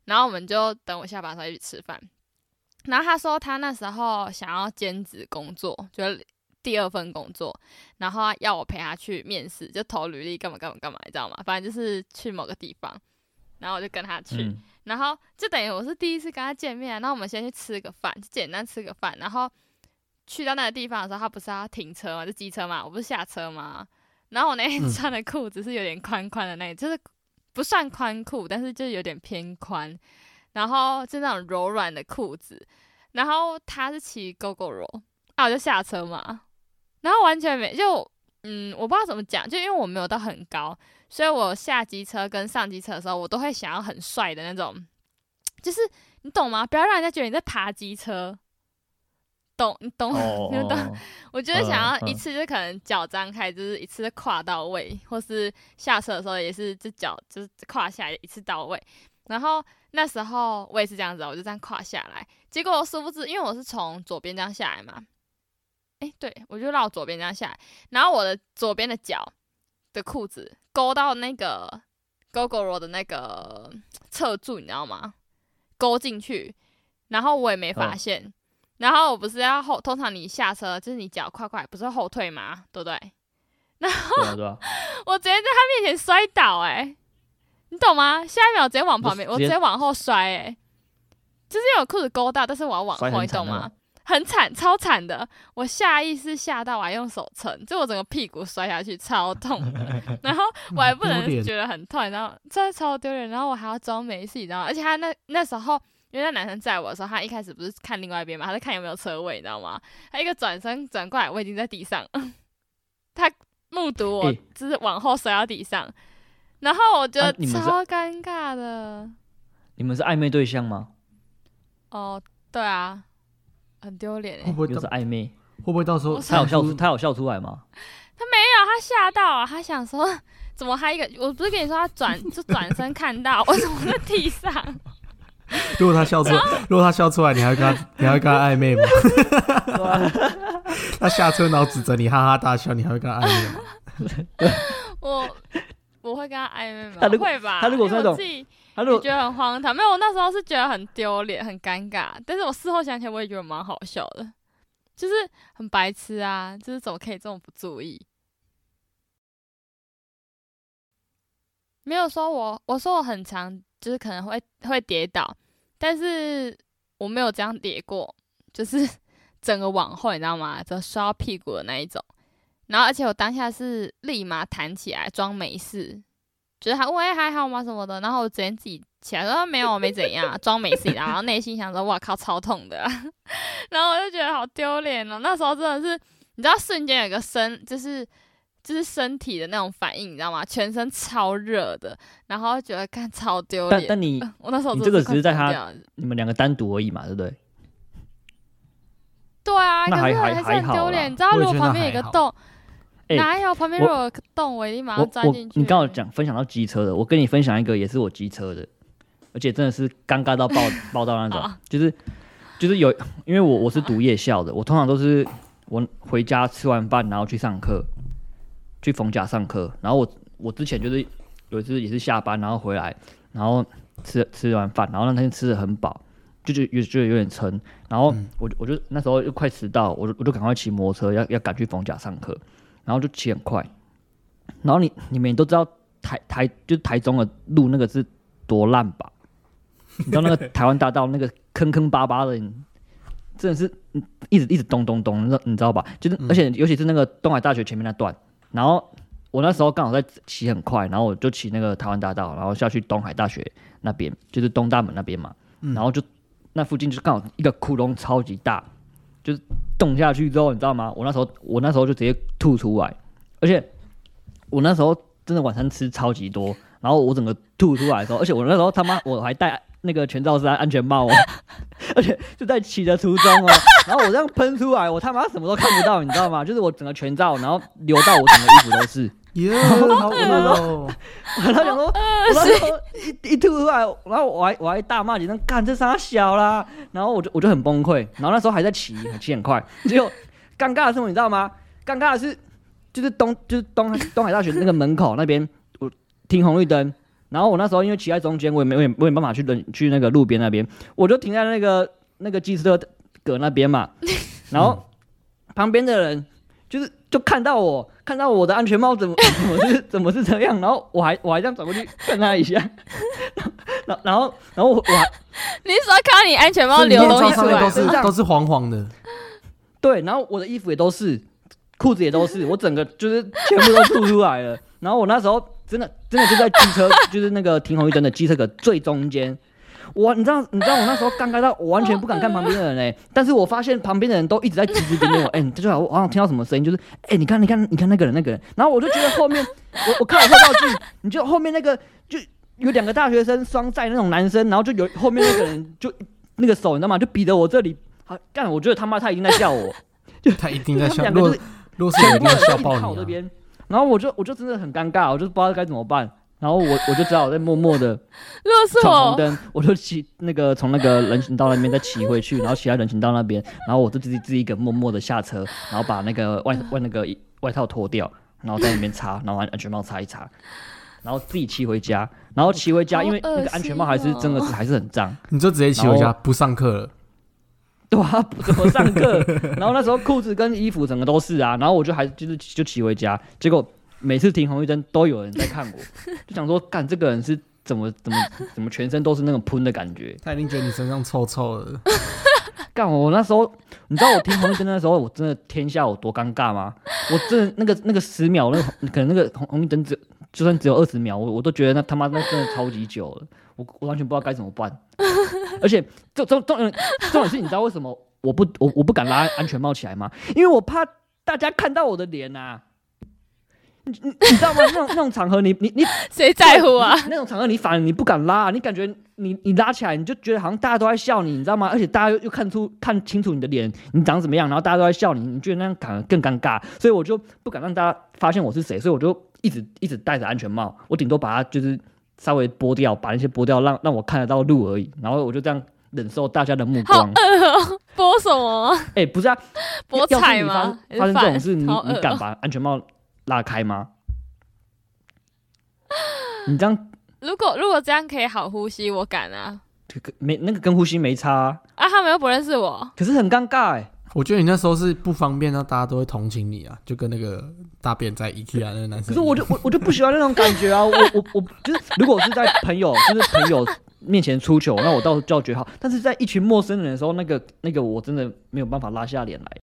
然后我们就等我下班的时候一起吃饭。然后他说他那时候想要兼职工作，就是第二份工作，然后要我陪他去面试，就投履历干嘛干嘛干嘛，你知道吗？反正就是去某个地方，然后我就跟他去，嗯、然后就等于我是第一次跟他见面，然后我们先去吃个饭，就简单吃个饭，然后去到那个地方的时候，他不是要停车嘛，就机车嘛，我不是下车嘛，然后我那天穿的裤子是有点宽宽的那种，就是不算宽裤，但是就有点偏宽，然后就那种柔软的裤子，然后他是骑 Gogoro， 啊我就下车嘛。然后完全没就嗯，我不知道怎么讲，就因为我没有到很高，所以我下机车跟上机车的时候，我都会想要很帅的那种，就是你懂吗？不要让人家觉得你在爬机车，懂你懂你们懂？我觉得想要一次就可能脚张开，就是一次跨到位，或是下车的时候也是这脚就是跨下来一次到位。然后那时候我也是这样子，我就这样跨下来，结果殊不知，因为我是从左边这样下来嘛。哎，对，我就绕左边这样下来，然后我的左边的脚的裤子勾到那个 Gogoro 的那个侧柱，你知道吗？勾进去，然后我也没发现。哦、然后我不是要后，通常你下车就是你脚快快，不是后退吗？对不对？然后、啊啊、我直接在他面前摔倒、欸，哎，你懂吗？下一秒直接往旁边，我直接往后摔、欸，哎，就是因为我裤子勾到，但是我要往后，你懂吗？很惨，超惨的！我下意识吓到，我还用手撑，就我整个屁股摔下去，超痛的。然后我还不能觉得很痛，然后真的超丢脸。然后我还要装没事，你知道吗？而且他那那时候，因为那男生载我的时候，他一开始不是看另外一边嘛，他在看有没有车位，你知道吗？他一个转身转过来，我已经在地上了。他目睹我就是往后摔到地上，欸、然后我觉得超尴尬的。啊、 你们是暧昧对象吗？ 哦，对啊。很丢脸， 会不会又是暧昧？ 会不会到时候他有笑出？他有笑出来吗？ 他没有，他吓到啊！他想说，怎么还一个？我不是跟你说他转就转身看到，我怎么在地上？ 如果他笑出来，如果他笑出来，你还会跟他，你还会跟他暧昧吗？他下车然后指着你哈哈大笑，你还会跟他暧昧吗？ 我我会跟他暧昧吗？他会吧？ 他如果是那种。 我觉得很荒唐，没有，我那时候是觉得很丢脸、很尴尬，但是我事后想起来，我也觉得蛮好笑的，就是很白痴啊，就是怎么可以这么不注意？没有说我，我说我很常，就是可能会会跌倒，但是我没有这样跌过，就是整个往后，你知道吗？就摔到屁股的那一种，然后而且我当下是立马弹起来装没事。觉得他喂还好吗什么的，然后我直接自己起来说没有，我没怎样，装没事，然后内心想说哇靠，超痛的、啊，然后我就觉得好丢脸哦。那时候真的是，你知道瞬間有一个身，就是就是身体的那种反应，你知道吗？全身超热的，然后觉得看超丢脸。 但但你， 我那时候你这个只是在他你们两个单独而已嘛，对不对？ 对啊， 那还可是还是很丢脸。你知道，如果旁边有个洞。欸、哪有旁边如果有洞，我一定马上钻进去。 你刚好讲分享到机车的，我跟你分享一个也是我机车的，而且真的是尴尬到爆爆到那种，就是就是有，因为我我是读夜校的，我通常都是我回家吃完饭，然后去上课，去逢甲上课，然后我我之前就是有一次也是下班然后回来，然后吃吃完饭，然后那天吃的很饱，就就有就有点撑，然后我我就那时候又快迟到，我就我就赶快骑摩托车要要赶去逢甲上课。然后就骑很快，然后你你们都知道台台就是台中的路那个是多烂吧？你知道那个台湾大道那个坑坑巴巴的，真的是一直一直咚咚咚，你知道吧？就是而且尤其是那个东海大学前面那段，然后我那时候刚好在骑很快，然后我就骑那个台湾大道，然后下去东海大学那边，就是东大门那边嘛，然后就那附近就刚好一个窟窿超级大，就是动下去之后，你知道吗？我那时候我那时候就直接吐出来，而且我那时候真的晚餐吃超级多，然后我整个吐出来的时候，而且我那时候他妈我还戴那个全罩式安全帽哦，而且就在骑的途中哦，然后我这样喷出来，我他妈什么都看不到，你知道吗？就是我整个全罩，然后流到我整个衣服都是。 耶，好恶哦！ 我那想说，我那时候一一吐出来，然后我还我还大骂几声，干这啥小啦！然后我就我就很崩溃，然后那时候还在骑，骑很快。结果尴尬的是什么，你知道吗？尴尬的是，就是东就是东东海大学那个门口那边，我停红绿灯， 然后我那时候因为骑在中间，我也没我也我也没办法去去那个路边那边，我就停在那个那个机车格那边嘛，然后旁边的人就是就看到我看到我的安全帽怎么怎么是怎么是这样，然后我还我还这样转过去看他一下，然后然后然后我我还你是说看到你安全帽流东西出来都是都是黄黄的， 对，然后我的衣服也都是，裤子也都是，我整个就是全部都吐出来了。然后我那时候真的真的就在机车，就是那个停红绿灯的机车格最中间。我你知道你知道我那时候尴尬到我完全不敢看旁边的人哎、欸，但是我发现旁边的人都一直在指指点点我，哎、欸，这就好，我好像听到什么声音，就是哎、欸，你看你看你看那个人那个人，然后我就觉得后面我我看我后照镜，你就后面那个就有两个大学生双载那种男生，然后就有后面那个人就那个手你知道吗？就比得我这里，好干，我觉得他妈他一定在笑我，就他一定在笑， 如果如果是我一定笑爆你、啊。 这边，然后我就我就真的很尴尬，我就不知道该怎么办。然后我我就只好在默默的闯红灯，我就骑那个从那个人行道那边再骑回去，然后骑在人行道那边，然后我就自己自己一个默默的下车，然后把那个外外那个外套脱掉，然后在那边擦，然后安全帽擦一擦，然后自己骑回家，然后骑回家，因为那个安全帽还是真的是还是很脏， 你就直接骑回家不上课了。 对啊，怎么上课？然后那时候裤子跟衣服整个都是啊，然后我就还就是就骑回家，结果。每次停红绿灯都有人在看我，就想说，干这个人是怎么怎么怎么全身都是那种喷的感觉。 他一定觉得你身上臭臭的。 干我那时候，你知道我停红绿灯的时候，我真的天下有多尴尬吗？我真的那个那个十秒，那个可能那个红红绿灯只就算只有二十秒，我我都觉得那他妈那真的超级久了，我我完全不知道该怎么办。而且重重重重点是，你知道为什么我不我我不敢拉安全帽起来吗？因为我怕大家看到我的脸啊。你, 你, 你知道吗？那种那种场合你，你你你谁在乎啊？ 那种场合你反而你不敢拉，你感觉你你拉起来，你就觉得好像大家都在笑你，你知道吗？而且大家又又看出看清楚你的脸，你长怎么样，然后大家都在笑你，你觉得那样感更尴尬，所以我就不敢让大家发现我是谁，所以我就一直一直戴着安全帽，我顶多把它就是稍微拨掉，把那些拨掉，让让我看得到路而已，然后我就这样忍受大家的目光。 好饿哦，拨什么？ 哎、欸，不是啊， 拨菜吗？ 发生这种事，你你敢把安全帽拉开吗？你这样， 如果如果这样可以好呼吸，我敢啊。 没那个跟呼吸没差 啊, 啊，他们又不认识我， 可是很尴尬哎、欸。 我觉得你那时候是不方便，让大家都会同情你啊，就跟那个大便在 IKEA 那个男生。 可是我就我我就不喜欢那种感觉啊，我我我就是如果是在朋友就是朋友面前出糗，那我倒是就觉得好，但是在一群陌生人的时候，那个那个我真的没有办法拉下脸来。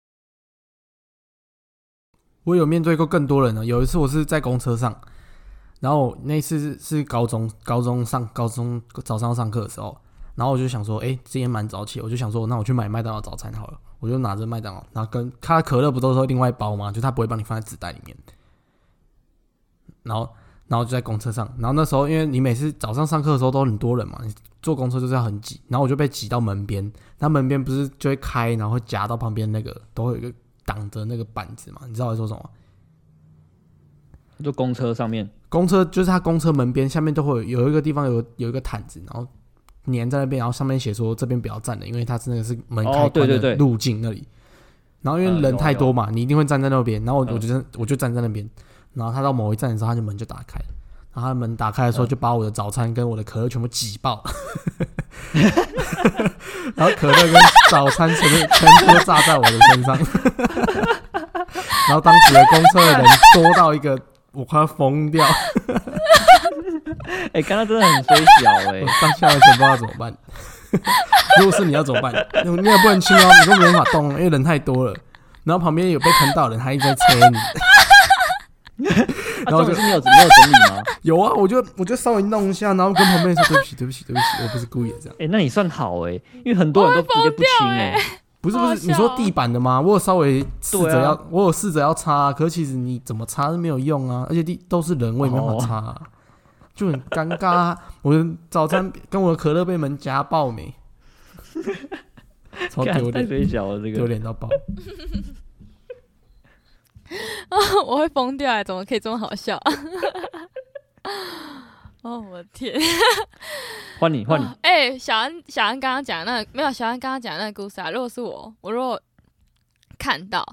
我有面对过更多人呢，有一次我是在公车上。然后那一次 是, 是高中，高中上高中早上上课的时候，然后我就想说，哎、欸，今天蛮早起，我就想说，那我去买麦当劳早餐好了。我就拿着麦当劳，然后跟他可乐不都是另外包吗？就他不会帮你放在纸袋里面。然后，然后就在公车上，然后那时候因为你每次早上上课的时候都很多人嘛，你坐公车就是要很挤，然后我就被挤到门边，那门边不是就会开，然后会夹到旁边那个，都会有一个挡着那个板子嘛，你知道我在说什么吗？ 就公车上面， 公车就是它公车门边下面都会 有, 有一个地方 有, 有一个毯子，然后粘在那边，然后上面写说这边不要站的，因为它是那个是门开关的路径那里。哦、对对对，然后因为人太多嘛，嗯、你一定会站在那边，然后 我, 我, 就、嗯、我就站在那边，然后他到某一站的时候，他就门就打开了，然后他门打开的时候就把我的早餐跟我的可乐全部挤爆，然后可乐跟早餐全部全部都炸在我的身上，然后当时的公车的人多到一个。我快要疯掉！ 哎、欸，刚刚真的很衰小哎、欸， 我当下完全不知道怎么办。如果是你要怎么办？你也不能亲哦，你都没办法动，因为人太多了。然后旁边有被喷到的人，他一直在催你。 然后就是你有你有整理吗？ 有啊，我就我就稍微弄一下，然后跟旁边人说对不起，对不起，对不起，我不是故意的这样。 哎、欸，那你算好哎、欸，因为很多人都直接不亲哎、欸。 不是不是，你说地板的吗？我有稍微试着要，啊、我有试着要擦、啊，可是其实你怎么擦都没有用啊，而且地都是人，我也没办法擦、啊， oh. 就很尴尬、啊。我的早餐跟我的可乐被门夹爆没，超丢脸， 太水小了，这个丢脸到爆。 我会疯掉哎，怎么可以这么好笑？哦，我的天！ 换你，换你。 哎、欸，小安，小安刚刚讲那个没有，小安刚刚讲那个故事啊。如果是我，我如果看到，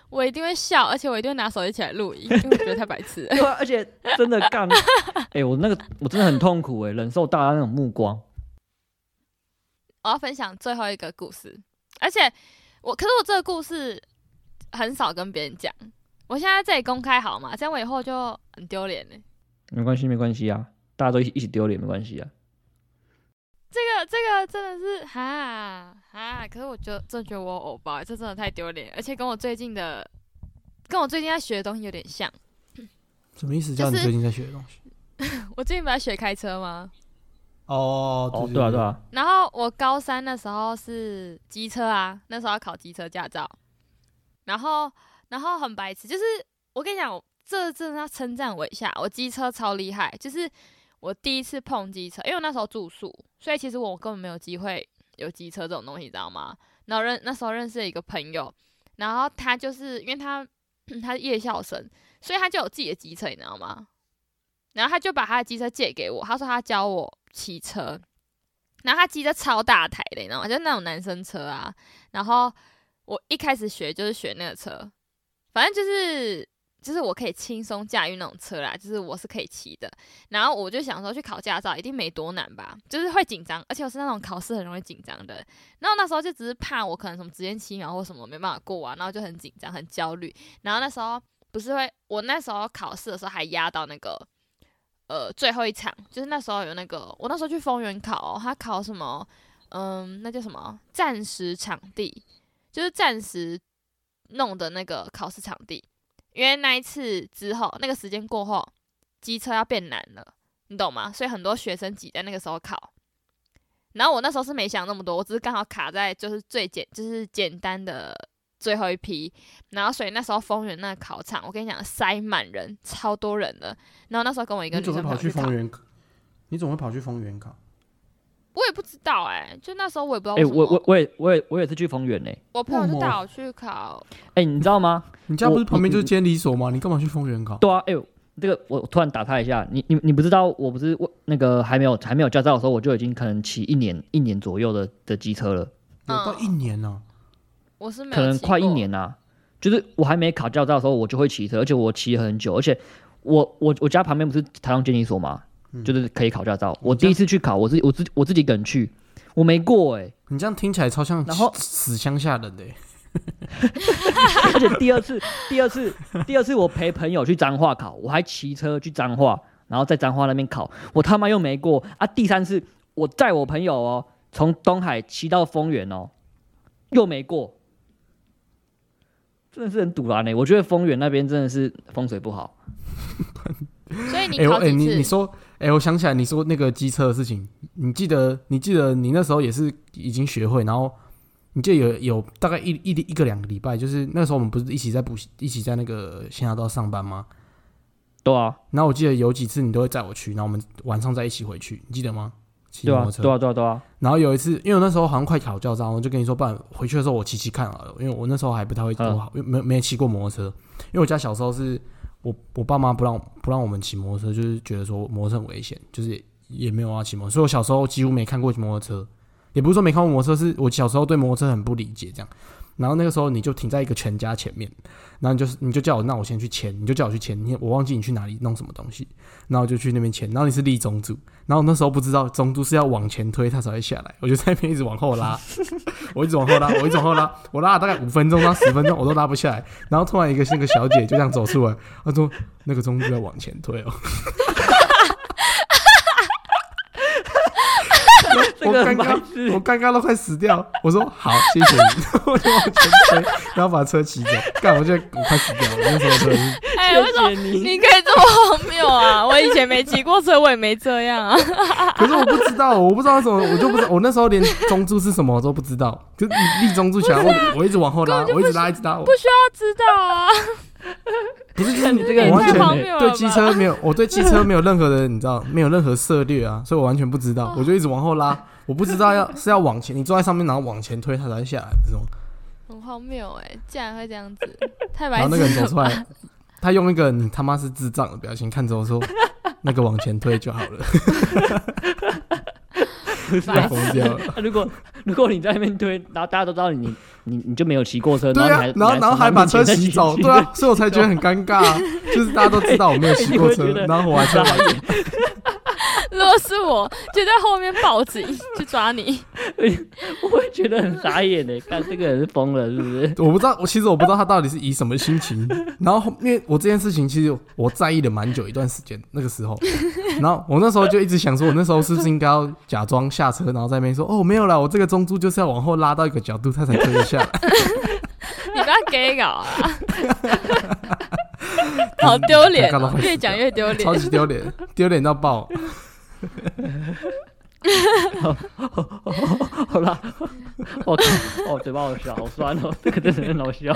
我一定会笑，而且我一定会拿手机起来录音，因为我觉得太白痴了。 对啊，而且真的干，哎、欸，我那个我真的很痛苦哎、欸，忍受大家那种目光。 我要分享最后一个故事，而且我可是我这个故事很少跟别人讲，我现在在这里公开好吗？这样我以后就很丢脸嘞。 没关系，没关系啊，大家都一起一起丢脸，没关系啊。 这个这个真的是哈哈，可是我觉得真的觉得我偶包，这真的太丢脸，而且跟我最近的跟我最近在学的东西有点像。 什么意思？叫你最近在学的东西？ 我最近不是在学开车吗？ 哦哦，对啊对啊。 然后我高三那时候是机车啊，那时候要考机车驾照，然后然后很白痴，就是我跟你讲，这真的要称赞我一下，我机车超厉害，就是我第一次碰机车，因为我那时候住宿，所以其实我根本没有机会有机车这种东西，你知道吗？然后认那时候认识了一个朋友，然后他就是因为他他是夜校生，所以他就有自己的机车，你知道吗？然后他就把他的机车借给我，他说他教我骑车，然后他机车超大台的，你知道吗？就是那种男生车啊。然后我一开始学就是学那个车，反正就是就是我可以轻松驾驭那种车啦，就是我是可以骑的。然后我就想说去考驾照一定没多难吧，就是会紧张，而且我是那种考试很容易紧张的。然后那时候就只是怕我可能什么直线七秒或什么没办法过啊，然后就很紧张很焦虑。然后那时候不是会，我那时候考试的时候还压到那个呃最后一场，就是那时候有那个我那时候去丰原考、哦，他考什么嗯那叫什么暂时场地，就是暂时弄的那个考试场地。因为那一次之后，那个时间过后，机车要变难了，你懂吗？所以很多学生挤在那个时候考。然后我那时候是没想那么多，我只是刚好卡在就是最简就是简单的最后一批。然后所以那时候丰原那个考场，我跟你讲塞满人，超多人的。然后那时候跟我一个女生朋友去考。你怎么跑去丰原？ 你怎么会跑去丰原考？ 我也不知道哎、欸，就那时候我也不知道为什么。 哎、欸，我我我也我也我也是去丰原嘞、欸。 我朋友就带我去考。 哎、欸，你知道吗？ 你家不是旁边就是监理所吗？你干嘛去丰原考？ 对啊，哎、欸，这个我突然打他一下，你你你不知道，我不是我那个还没有还没有驾照的时候，我就已经可能骑一年一年左右的的机车了。 有到一年呢、啊嗯？我是没有可能快一年啊。就是我还没考驾照的时候，我就会骑车，而且我骑很久，而且我我我家旁边不是台中监理所吗？嗯、就是可以考驾照。我第一次去考，我自我自我自己一个人去。我没过哎、欸， 你这样听起来超像死乡下人的、欸， 而且第二次，第二次，第二次我陪朋友去彰化考，我还骑车去彰化，然后在彰化那边考，我他妈又没过啊！第三次我载我朋友哦，从东海骑到丰原哦，又没过，真的是很堵然呢。我觉得丰原那边真的是风水不好。 所以你考几次？ 欸欸、你, 你说，哎、欸，我想起来，你说那个机车的事情，你记得？你记得你那时候也是已经学会，然后你记得有有大概一一一个两个礼拜，就是那时候我们不是一起在补习，一起在那个县校道上班吗？ 对啊。 然后我记得有几次你都会载我去，然后我们晚上再一起回去，你记得吗？骑摩托车。 对啊，对啊，对啊，对啊。 然后有一次，因为我那时候好像快考驾照，我就跟你说，不然回去的时候我骑骑看好了，因为我那时候还不太会多好，没没骑过摩托车，因为我家小时候是。我我爸妈不让不让我们骑摩托车，就是觉得说摩托车很危险，就是也没有要骑摩托车，所以我小时候几乎没看过摩托车，也不是说没看过摩托车，是我小时候对摩托车很不理解这样。然后那个时候你就停在一个全家前面，然后你就你就叫我，那我先去牵，你就叫我去牵，我忘记你去哪里弄什么东西，然后我就去那边牵，然后你是立中柱，然后我那时候不知道中柱是要往前推它才会下来，我就在那边一直往后拉，我一直往后拉，我一直往后拉，我拉了大概五分钟到十分钟我都拉不下来，然后突然一个那个小姐就这样走出来，她说那个中柱要往前推哦。我刚刚我刚刚都快死掉，我说好谢谢你，我就往前推，然后把车骑走，干我就我快死掉了，那时候车。 哎、欸，为什么你可以这么荒谬啊？我以前没骑过车，我也没这样啊。 可是我不知道，我不知道为什么，我就不知道，我那时候连中柱是什么我都不知道，就立中柱起来，我我一直往后拉，我一直拉一直拉， 不需要知道啊。 不是，就是你这个我完全对机车没有，我对机车没有任何的，你知道，没有任何涉猎啊，所以我完全不知道，我就一直往后拉，我不知道要是要往前，你坐在上面然后往前推它才会下来，这种很荒谬哎、欸，竟然会这样子，太白痴了吧。 然后那个人走出来，他用一个你他妈是智障的表情看着我说，那个往前推就好了。要疯掉了。 如果如果你在那边推，然后大家都知道你你你就没有骑过车， 对啊，然后然后还把车骑走，对啊，所以我才觉得很尴尬、啊，就是大家都知道我没有骑过车，然后我还在外面。 如果是我，就在后面报警去抓你。 我会觉得很傻眼的，看这个人是疯了是不是？ 我不知道，我其实我不知道他到底是以什么心情。然后因为我这件事情其实我在意了蛮久一段时间，那个时候，然后我那时候就一直想说，我那时候是不是应该要假装下车，然后在那边说哦没有啦，我这个中柱就是要往后拉到一个角度，他才推得下来。 你不要给搞啊！好丢脸、喔，越讲越丢脸， 超级丢脸，丢脸到爆。 好, 好, 好, 好啦，我靠，哦，嘴巴好小，好酸哦，这个真的很好笑。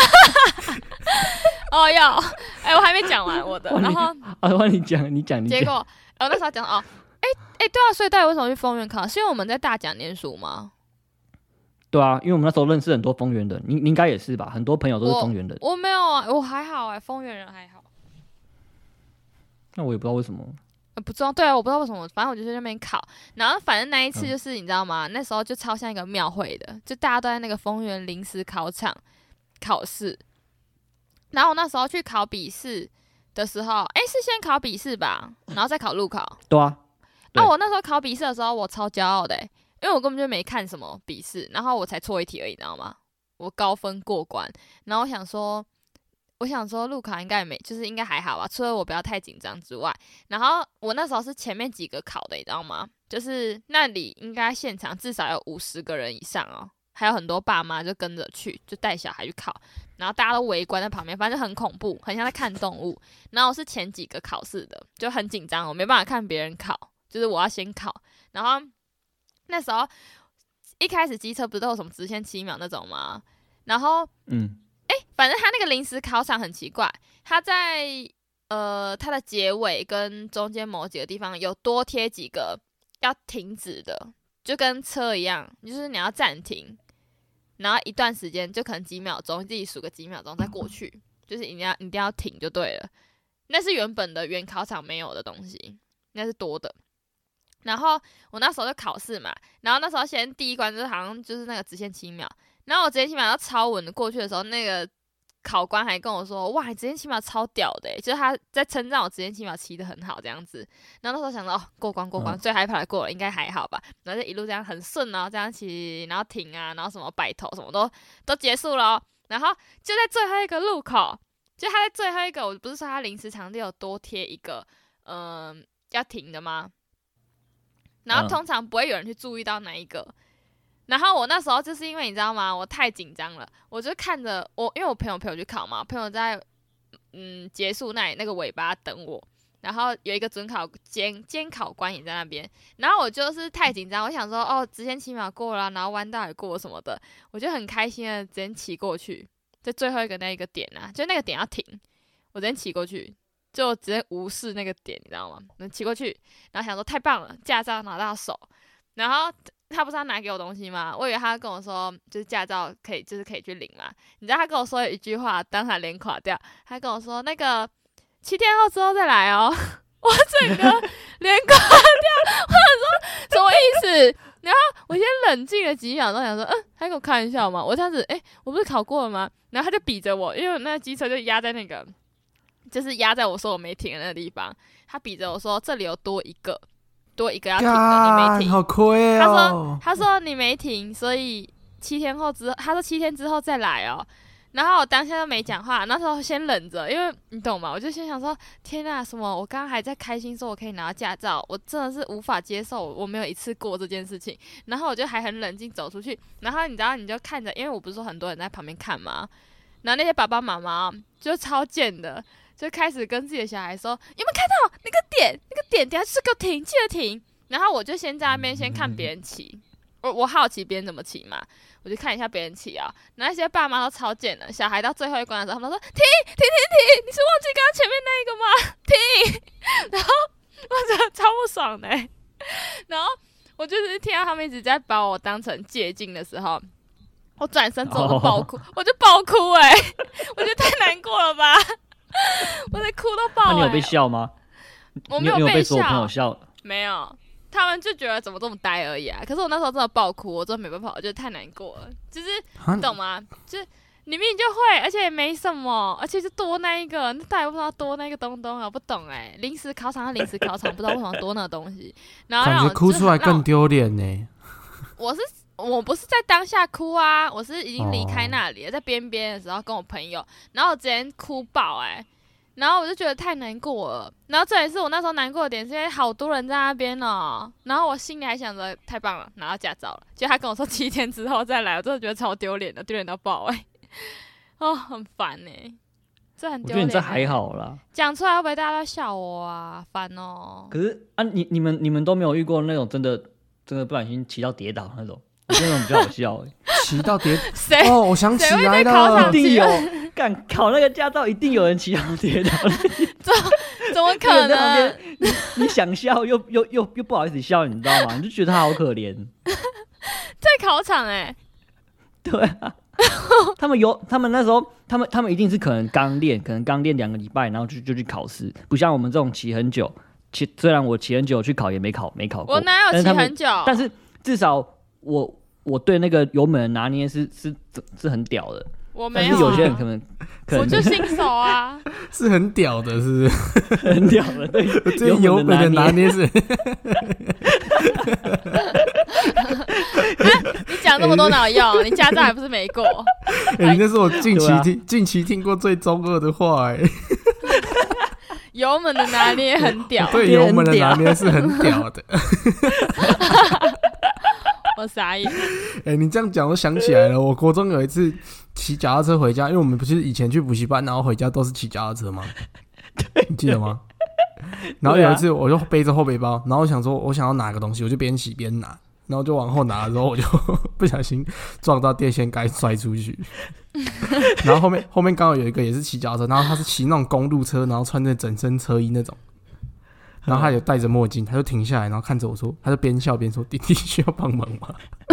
哦要，哎、欸，我还没讲完我的，然后啊，换你讲，你讲，你讲。 结果，我、哦、那时候讲哦，哎、欸、哎、欸，对啊，所以到底为什么去丰原考？是因为我们在大甲念书吗？ 对啊，因为我们那时候认识很多丰原人，你你应该也是吧？很多朋友都是丰原人。 我没有啊，我还好哎、欸，丰原人还好。 那我也不知道为什么。 呃、不知道，对啊，我不知道为什么，反正我就在那边考，然后反正那一次就是、嗯、你知道吗？那时候就超像一个庙会的，就大家都在那个丰原临时考场考试。然后我那时候去考笔试的时候，哎，是先考笔试吧，然后再考路考。 对啊。 那、啊、我那时候考笔试的时候，我超骄傲的、欸，因为我根本就没看什么笔试，然后我才错一题而已，你知道吗？我高分过关，然后我想说。我想说路考应该也没，就是应该还好吧，除了我不要太紧张之外。然后我那时候是前面几个考的，你知道吗？就是那里应该现场至少有五十个人以上哦，还有很多爸妈就跟着去，就带小孩去考，然后大家都围观在旁边，反正就很恐怖，很像在看动物。然后我是前几个考试的，就很紧张，我没办法看别人考，就是我要先考。然后那时候一开始机车不是都有什么直线七秒那种吗？然后嗯。哎，反正他那个临时考场很奇怪，他在呃他的结尾跟中间某几个地方有多贴几个要停止的，就跟车一样，就是你要暂停，然后一段时间就可能几秒钟，自己数个几秒钟再过去，就是一定要一定要停就对了。那是原本的原考场没有的东西，那是多的。然后我那时候就考试嘛，然后那时候先第一关就是好像就是那个直线七秒。然后我直接七秒要超稳的过去的时候，那个考官还跟我说：“哇，你直线七秒超屌的！”就是他在称赞我直线七秒骑得很好这样子。然后那时候想到哦，过关过关，嗯、最害怕的过了，应该还好吧。然后就一路这样很顺啊，这样骑，然后停啊，然后什么摆头什么都都结束了、哦。然后就在最后一个路口，就他在最后一个，我不是说他临时场地有多贴一个嗯、呃、要停的吗？然后通常不会有人去注意到哪一个。然后我那时候就是因为你知道吗，我太紧张了，我就看着我，因为我朋友陪我去考嘛，朋友在嗯结束那里那个尾巴等我，然后有一个准考监监考官也在那边，然后我就是太紧张，我想说哦，直线七秒过了，然后弯道也过什么的，我就很开心的直接骑过去，就最后一个那一个点啊，就那个点要停，我直接骑过去，就直接无视那个点，你知道吗？能骑过去，然后想说太棒了，驾照拿到手，然后。他不是要拿给我东西吗？我以为他跟我说，就是驾照可以，就是可以去领嘛。你知道他跟我说一句话，当场脸垮掉。他跟我说，那个七天后之后再来哦。我整个脸垮掉，我想说什么意思？然后我先冷静了几秒钟，想说，嗯，他给我看一下嘛。我这样子，哎、欸，我不是考过了吗？然后他就比着我，因为我那个机车就压在那个，就是压在我说我没停的那个地方。他比着我说，这里有多一个。多一个要停的，你没停， 好亏哦。 他说：“他说你没停，所以七天后之后，他说七天之后再来哦。”然后我当下都没讲话，那时候先忍着，因为你懂吗？我就先想说：“天哪，什么？我刚刚还在开心说我可以拿到驾照，我真的是无法接受，我没有一次过这件事情。”然后我就还很冷静走出去，然后你知道，你就看着，因为我不是说很多人在旁边看嘛，然后那些爸爸妈妈就超贱的。就开始跟自己的小孩说，有没有看到那个点？那个点，等下就是给我停，记得停。然后我就先在那边先看别人骑，我我好奇别人怎么骑嘛，我就看一下别人骑啊。然后那些爸妈都超贱的，小孩到最后一关的时候，他们都说停停停停，你是忘记刚刚前面那个吗？停。然后我觉得超不爽的、欸，然后我就是听到他们一直在把我当成借镜的时候，我转身之后就爆哭， oh. 我就爆哭哎、欸，我觉得太难过了吧。我在哭到爆、欸！ 那、啊、你有被笑吗？ 我没有被笑， 被说我朋友笑， 没有。 他们就觉得怎么这么呆而已啊。可是我那时候真的爆哭，我真的没办法，我觉得太难过了。就是你懂吗？就是你明明就会，而且也没什么，而且就多那一个，那到底不知道多那个东东啊？我不懂哎、欸。临时考场和临时考场，不知道为什么多那个东西，然后让我感觉哭出来更丢脸呢。 我是我不是在当下哭啊，我是已经离开那里了，在边边的时候跟我朋友，然后我直接哭爆哎、欸。然后我就觉得太难过了，然后这也是我那时候难过的点，是因为好多人在那边哦，然后我心里还想着太棒了，拿到驾照了，结果他跟我说七天之后再来，我真的觉得超丢脸的，丢脸到爆哎、欸，哦，很烦哎、欸，这很丢脸、欸。 我觉得你这还好啦， 讲出来会不会大家都笑我啊？烦哦。 可是啊，你你们你们都没有遇过那种真的真的不小心骑到跌倒那种，那种比较好笑哎、欸。 骑到跌谁？ 哦，我想起来了， 一定有。干考那个驾照，一定有人骑到跌倒。 怎怎么可能？ 你, 你想笑又又又又不好意思笑，你知道吗？你就觉得他好可怜。 在考场哎、欸。 对啊。他们有，他们那时候，他们他们一定是可能刚练，可能刚练两个礼拜，然后就就去考试，不像我们这种骑很久。骑虽然我骑很久去考也没考没考过， 我哪有骑很久？ 但是至少我我对那个油门的拿捏是是是很屌的。 我没有、啊， 但是有些人可能，可能我就新手啊， 是很屌的，是不是？ 很屌的，对， 这油门的拿捏是。啊、 你讲这么多哪有用？你驾照还不是没过？ 哎、欸，那是我近期听、啊、近期听过最中二的话哎、欸。 油门的拿捏很屌， 对，油门的拿捏是很屌的。 我傻眼。 哎、欸，你这样讲，我想起来了。我国中有一次骑脚踏车回家，因为我们不是以前去补习班，然后回家都是骑脚踏车吗？你记得吗？然后有一次，我就背着后背包，然后我想说，我想要拿个东西，我就边骑边拿，然后就往后拿的时候，我就不小心撞到电线杆，摔出去。然后后面后面刚好有一个也是骑脚踏车，然后他是骑那种公路车，然后穿着整身车衣那种。然后他有戴着墨镜，他就停下来，然后看着我说，他就边笑边说：“弟弟需要帮忙吗？”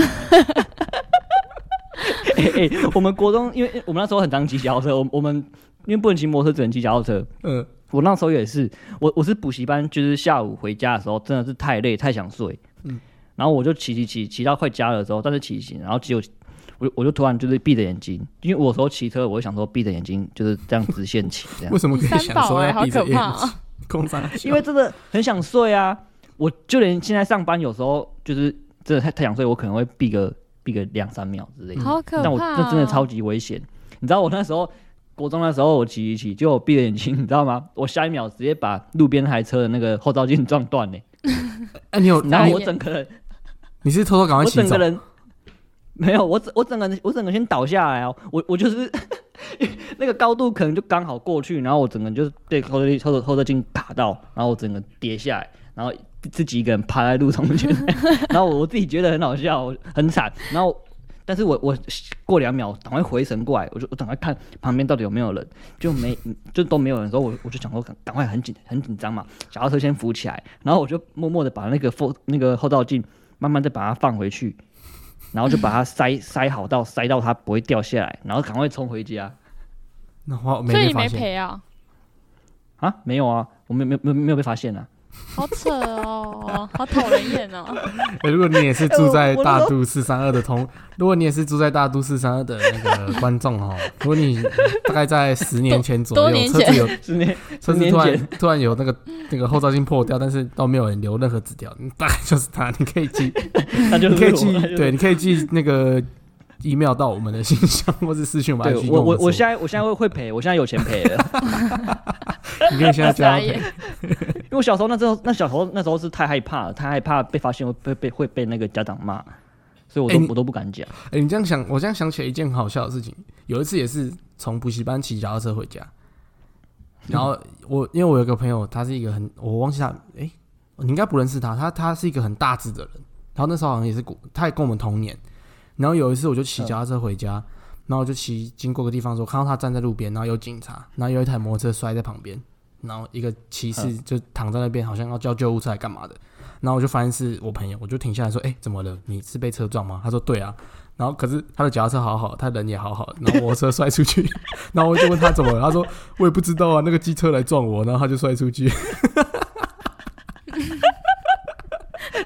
哎哎、欸欸，我们国中，因为我们那时候很常骑脚踏车，我我们因为不能骑摩托车，只能骑脚踏车。嗯，我那时候也是，我我是补习班，就是下午回家的时候，真的是太累，太想睡。嗯，然后我就骑骑骑骑到快家了之后，但是骑行，然后结果我我就突然就是闭着眼睛，因为我有时候骑车，我会想说闭着眼睛就是这样直线骑，这样。 为什么可以想说要闭着眼睛？ 欸因为真的很想睡啊！我就连现在上班有时候就是真的太太想睡，我可能会闭个闭个两三秒之类的。 好可怕、哦！ 但我那真的超级危险。你知道我那时候国中那时候我骑一骑，就我闭着眼睛，你知道吗？我下一秒直接把路边那台车的那个后照镜撞断嘞。 哎、啊，你有？ 然后我整个人， 你是偷偷赶快骑走？ 我整个人没有，我整我整个人我整个先倒下来哦，我我就是。那个高度可能就刚好过去，然后我整个就是被后照后后照镜卡到，然后我整个跌下来，然后自己一个人趴在路中间，然后我自己觉得很好笑，很惨。然后，但是我我过两秒赶快回神过来，我就我赶快看旁边到底有没有人，就没就都没有人的时候，我我就想说赶赶快很紧很紧张嘛，脚踏车先扶起来，然后我就默默的把那个后那个后照镜慢慢的把它放回去。然后就把它塞塞好到塞到它不会掉下来，然后赶快冲回家。 那我没所以你没没赔啊？ 啊，没有啊，我没没没没有被发现啊。 好扯哦，好讨人厌哦、 欸。如果你也是住在大都四三二的同，如果你也是住在大都四三二的那个观众哦，如果你大概在十年前左右，车子有十年， 车子突然突然有那个那个后照镜破掉，但是都没有人留任何纸条，大概就是他，你可以寄， 他就是你可以寄，对，你可以寄那个。email 到我们的信箱，或是私讯我们 I G。 我我我现在我现在会会赔，我现在有钱赔了。 你可以现在就要赔。 因为我小时候那时候那小时候那时候是太害怕了，太害怕被发现会被被会被那个家长骂，所以我都、欸、我都不敢讲。 哎、欸，你这样想，我这样想起来一件很好笑的事情。有一次也是从补习班骑脚踏车回家，然后我因为我有个朋友，他是一个很我忘记他，哎、欸，你应该不认识他，他他是一个很大只的人，然后那时候好像也是他也跟我们同年。然后有一次我就骑脚踏车回家，然后我就骑经过个地方的时候，看到他站在路边，然后有警察，然后有一台摩托车摔在旁边，然后一个骑士就躺在那边，好像要叫救护车来干嘛的。然后我就发现是我朋友，我就停下来说：“哎、欸，怎么了？你是被车撞吗？”他说：“对啊。”然后可是他的脚踏车好好，他人也好好，然后摩托车摔出去。然后我就问他怎么了，他说：“我也不知道啊，那个机车来撞我，然后他就摔出去。” 这个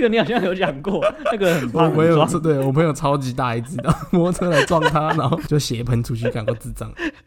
个你好像有讲过，那个很胖我朋友很壮， 对我朋友超级大一只的，摩托车来撞他，然后就血喷出去，干过智障。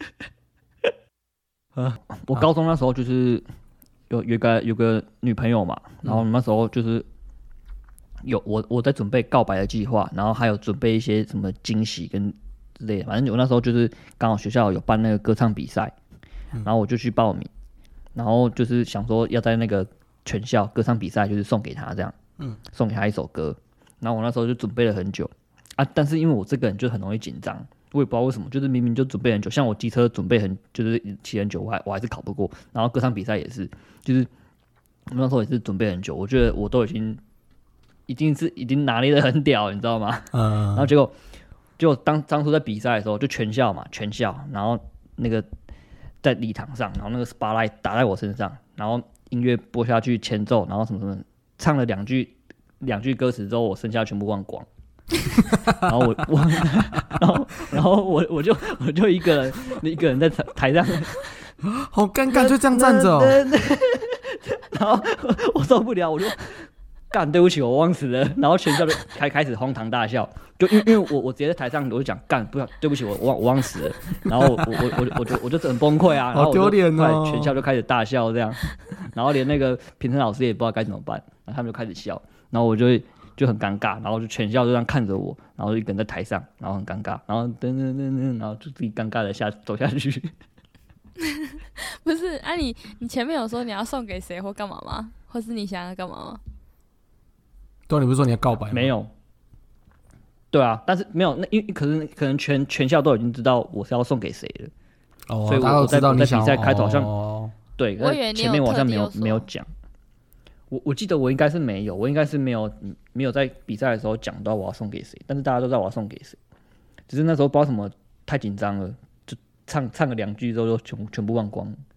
啊，我高中那时候就是有有个有个女朋友嘛，然后那时候就是有我我在准备告白的计划，然后还有准备一些什么惊喜跟之类的，反正我那时候就是刚好学校有办那个歌唱比赛，然后我就去报名，然后就是想说要在那个全校歌唱比赛就是送给她这样，嗯，送给她一首歌，然后我那时候就准备了很久啊，但是因为我这个人就很容易紧张。我也不知道为什么，就是明明就准备很久，像我机车准备很就是骑很久，我还我还是考不过。然后歌唱比赛也是，就是我那时候也是准备很久，我觉得我都已经已经是已经拿捏的很屌，你知道吗？嗯。然后结果结果当当初在比赛的时候，就全校嘛，全校，然后那个在礼堂上，然后那个 spotlight 打在我身上，然后音乐播下去前奏，然后什么什么，唱了两句两句歌词之后，我剩下全部忘光。然后我我，然后然后我我就我就一个人一个人在台台上， 好尴尬，就这样站着哦。 然后我受不了，我就干，对不起，我忘词了。然后全校就开开始哄堂大笑，就因为因为我我直接在台上我就讲干，不对不起，我忘我忘词了。然后我我我我就我就很崩溃啊，然后好丢脸哦， 全校就开始大笑这样，然后连那个评审老师也不知道该怎么办，然后他们就开始笑，然后我就。就很尴尬，然后就全校就这样看着我，然后一个人在台上，然后很尴尬，然后噔噔噔噔，然后就自己尴尬的下走下去。 不是啊你，你你前面有说你要送给谁或干嘛吗？或是你想要干嘛吗？ 对，你不是说你要告白吗？ 没有。对啊，但是没有那因为可是可能全全校都已经知道我是要送给谁了，哦，所以我在我在比赛开头好像、哦、对， 我以为你前面我好像没有没有讲。我我记得我应该是没有，我应该是没有没有在比赛的时候讲到我要送给谁，但是大家都知道我要送给谁，只是那时候不知道什么太紧张了，就唱唱个两句之后就全全部忘光了。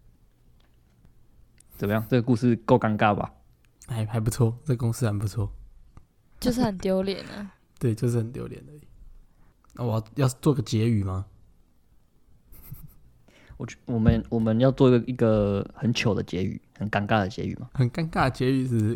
怎么样？这个故事够尴尬吧？ 还还不错，这个公司还不错， 就是很丢脸啊。 对，就是很丢脸而已。那我要做个结语吗？ 我我们我们要做一个一个很糗的结语，很尴尬的结语吗？ 很尴尬的结语是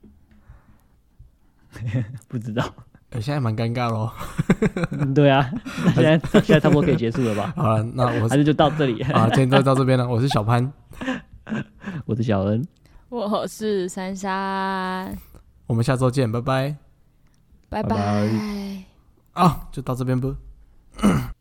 不是？不知道， 欸、现在蛮尴尬咯。 对啊，现在现在差不多可以结束了吧？ 好了，那我还是就到这里啊，今天就到这边了。我是小潘， 我是小恩， 我是珊珊， 我们下周见，拜拜， 拜拜。 啊，就到这边不？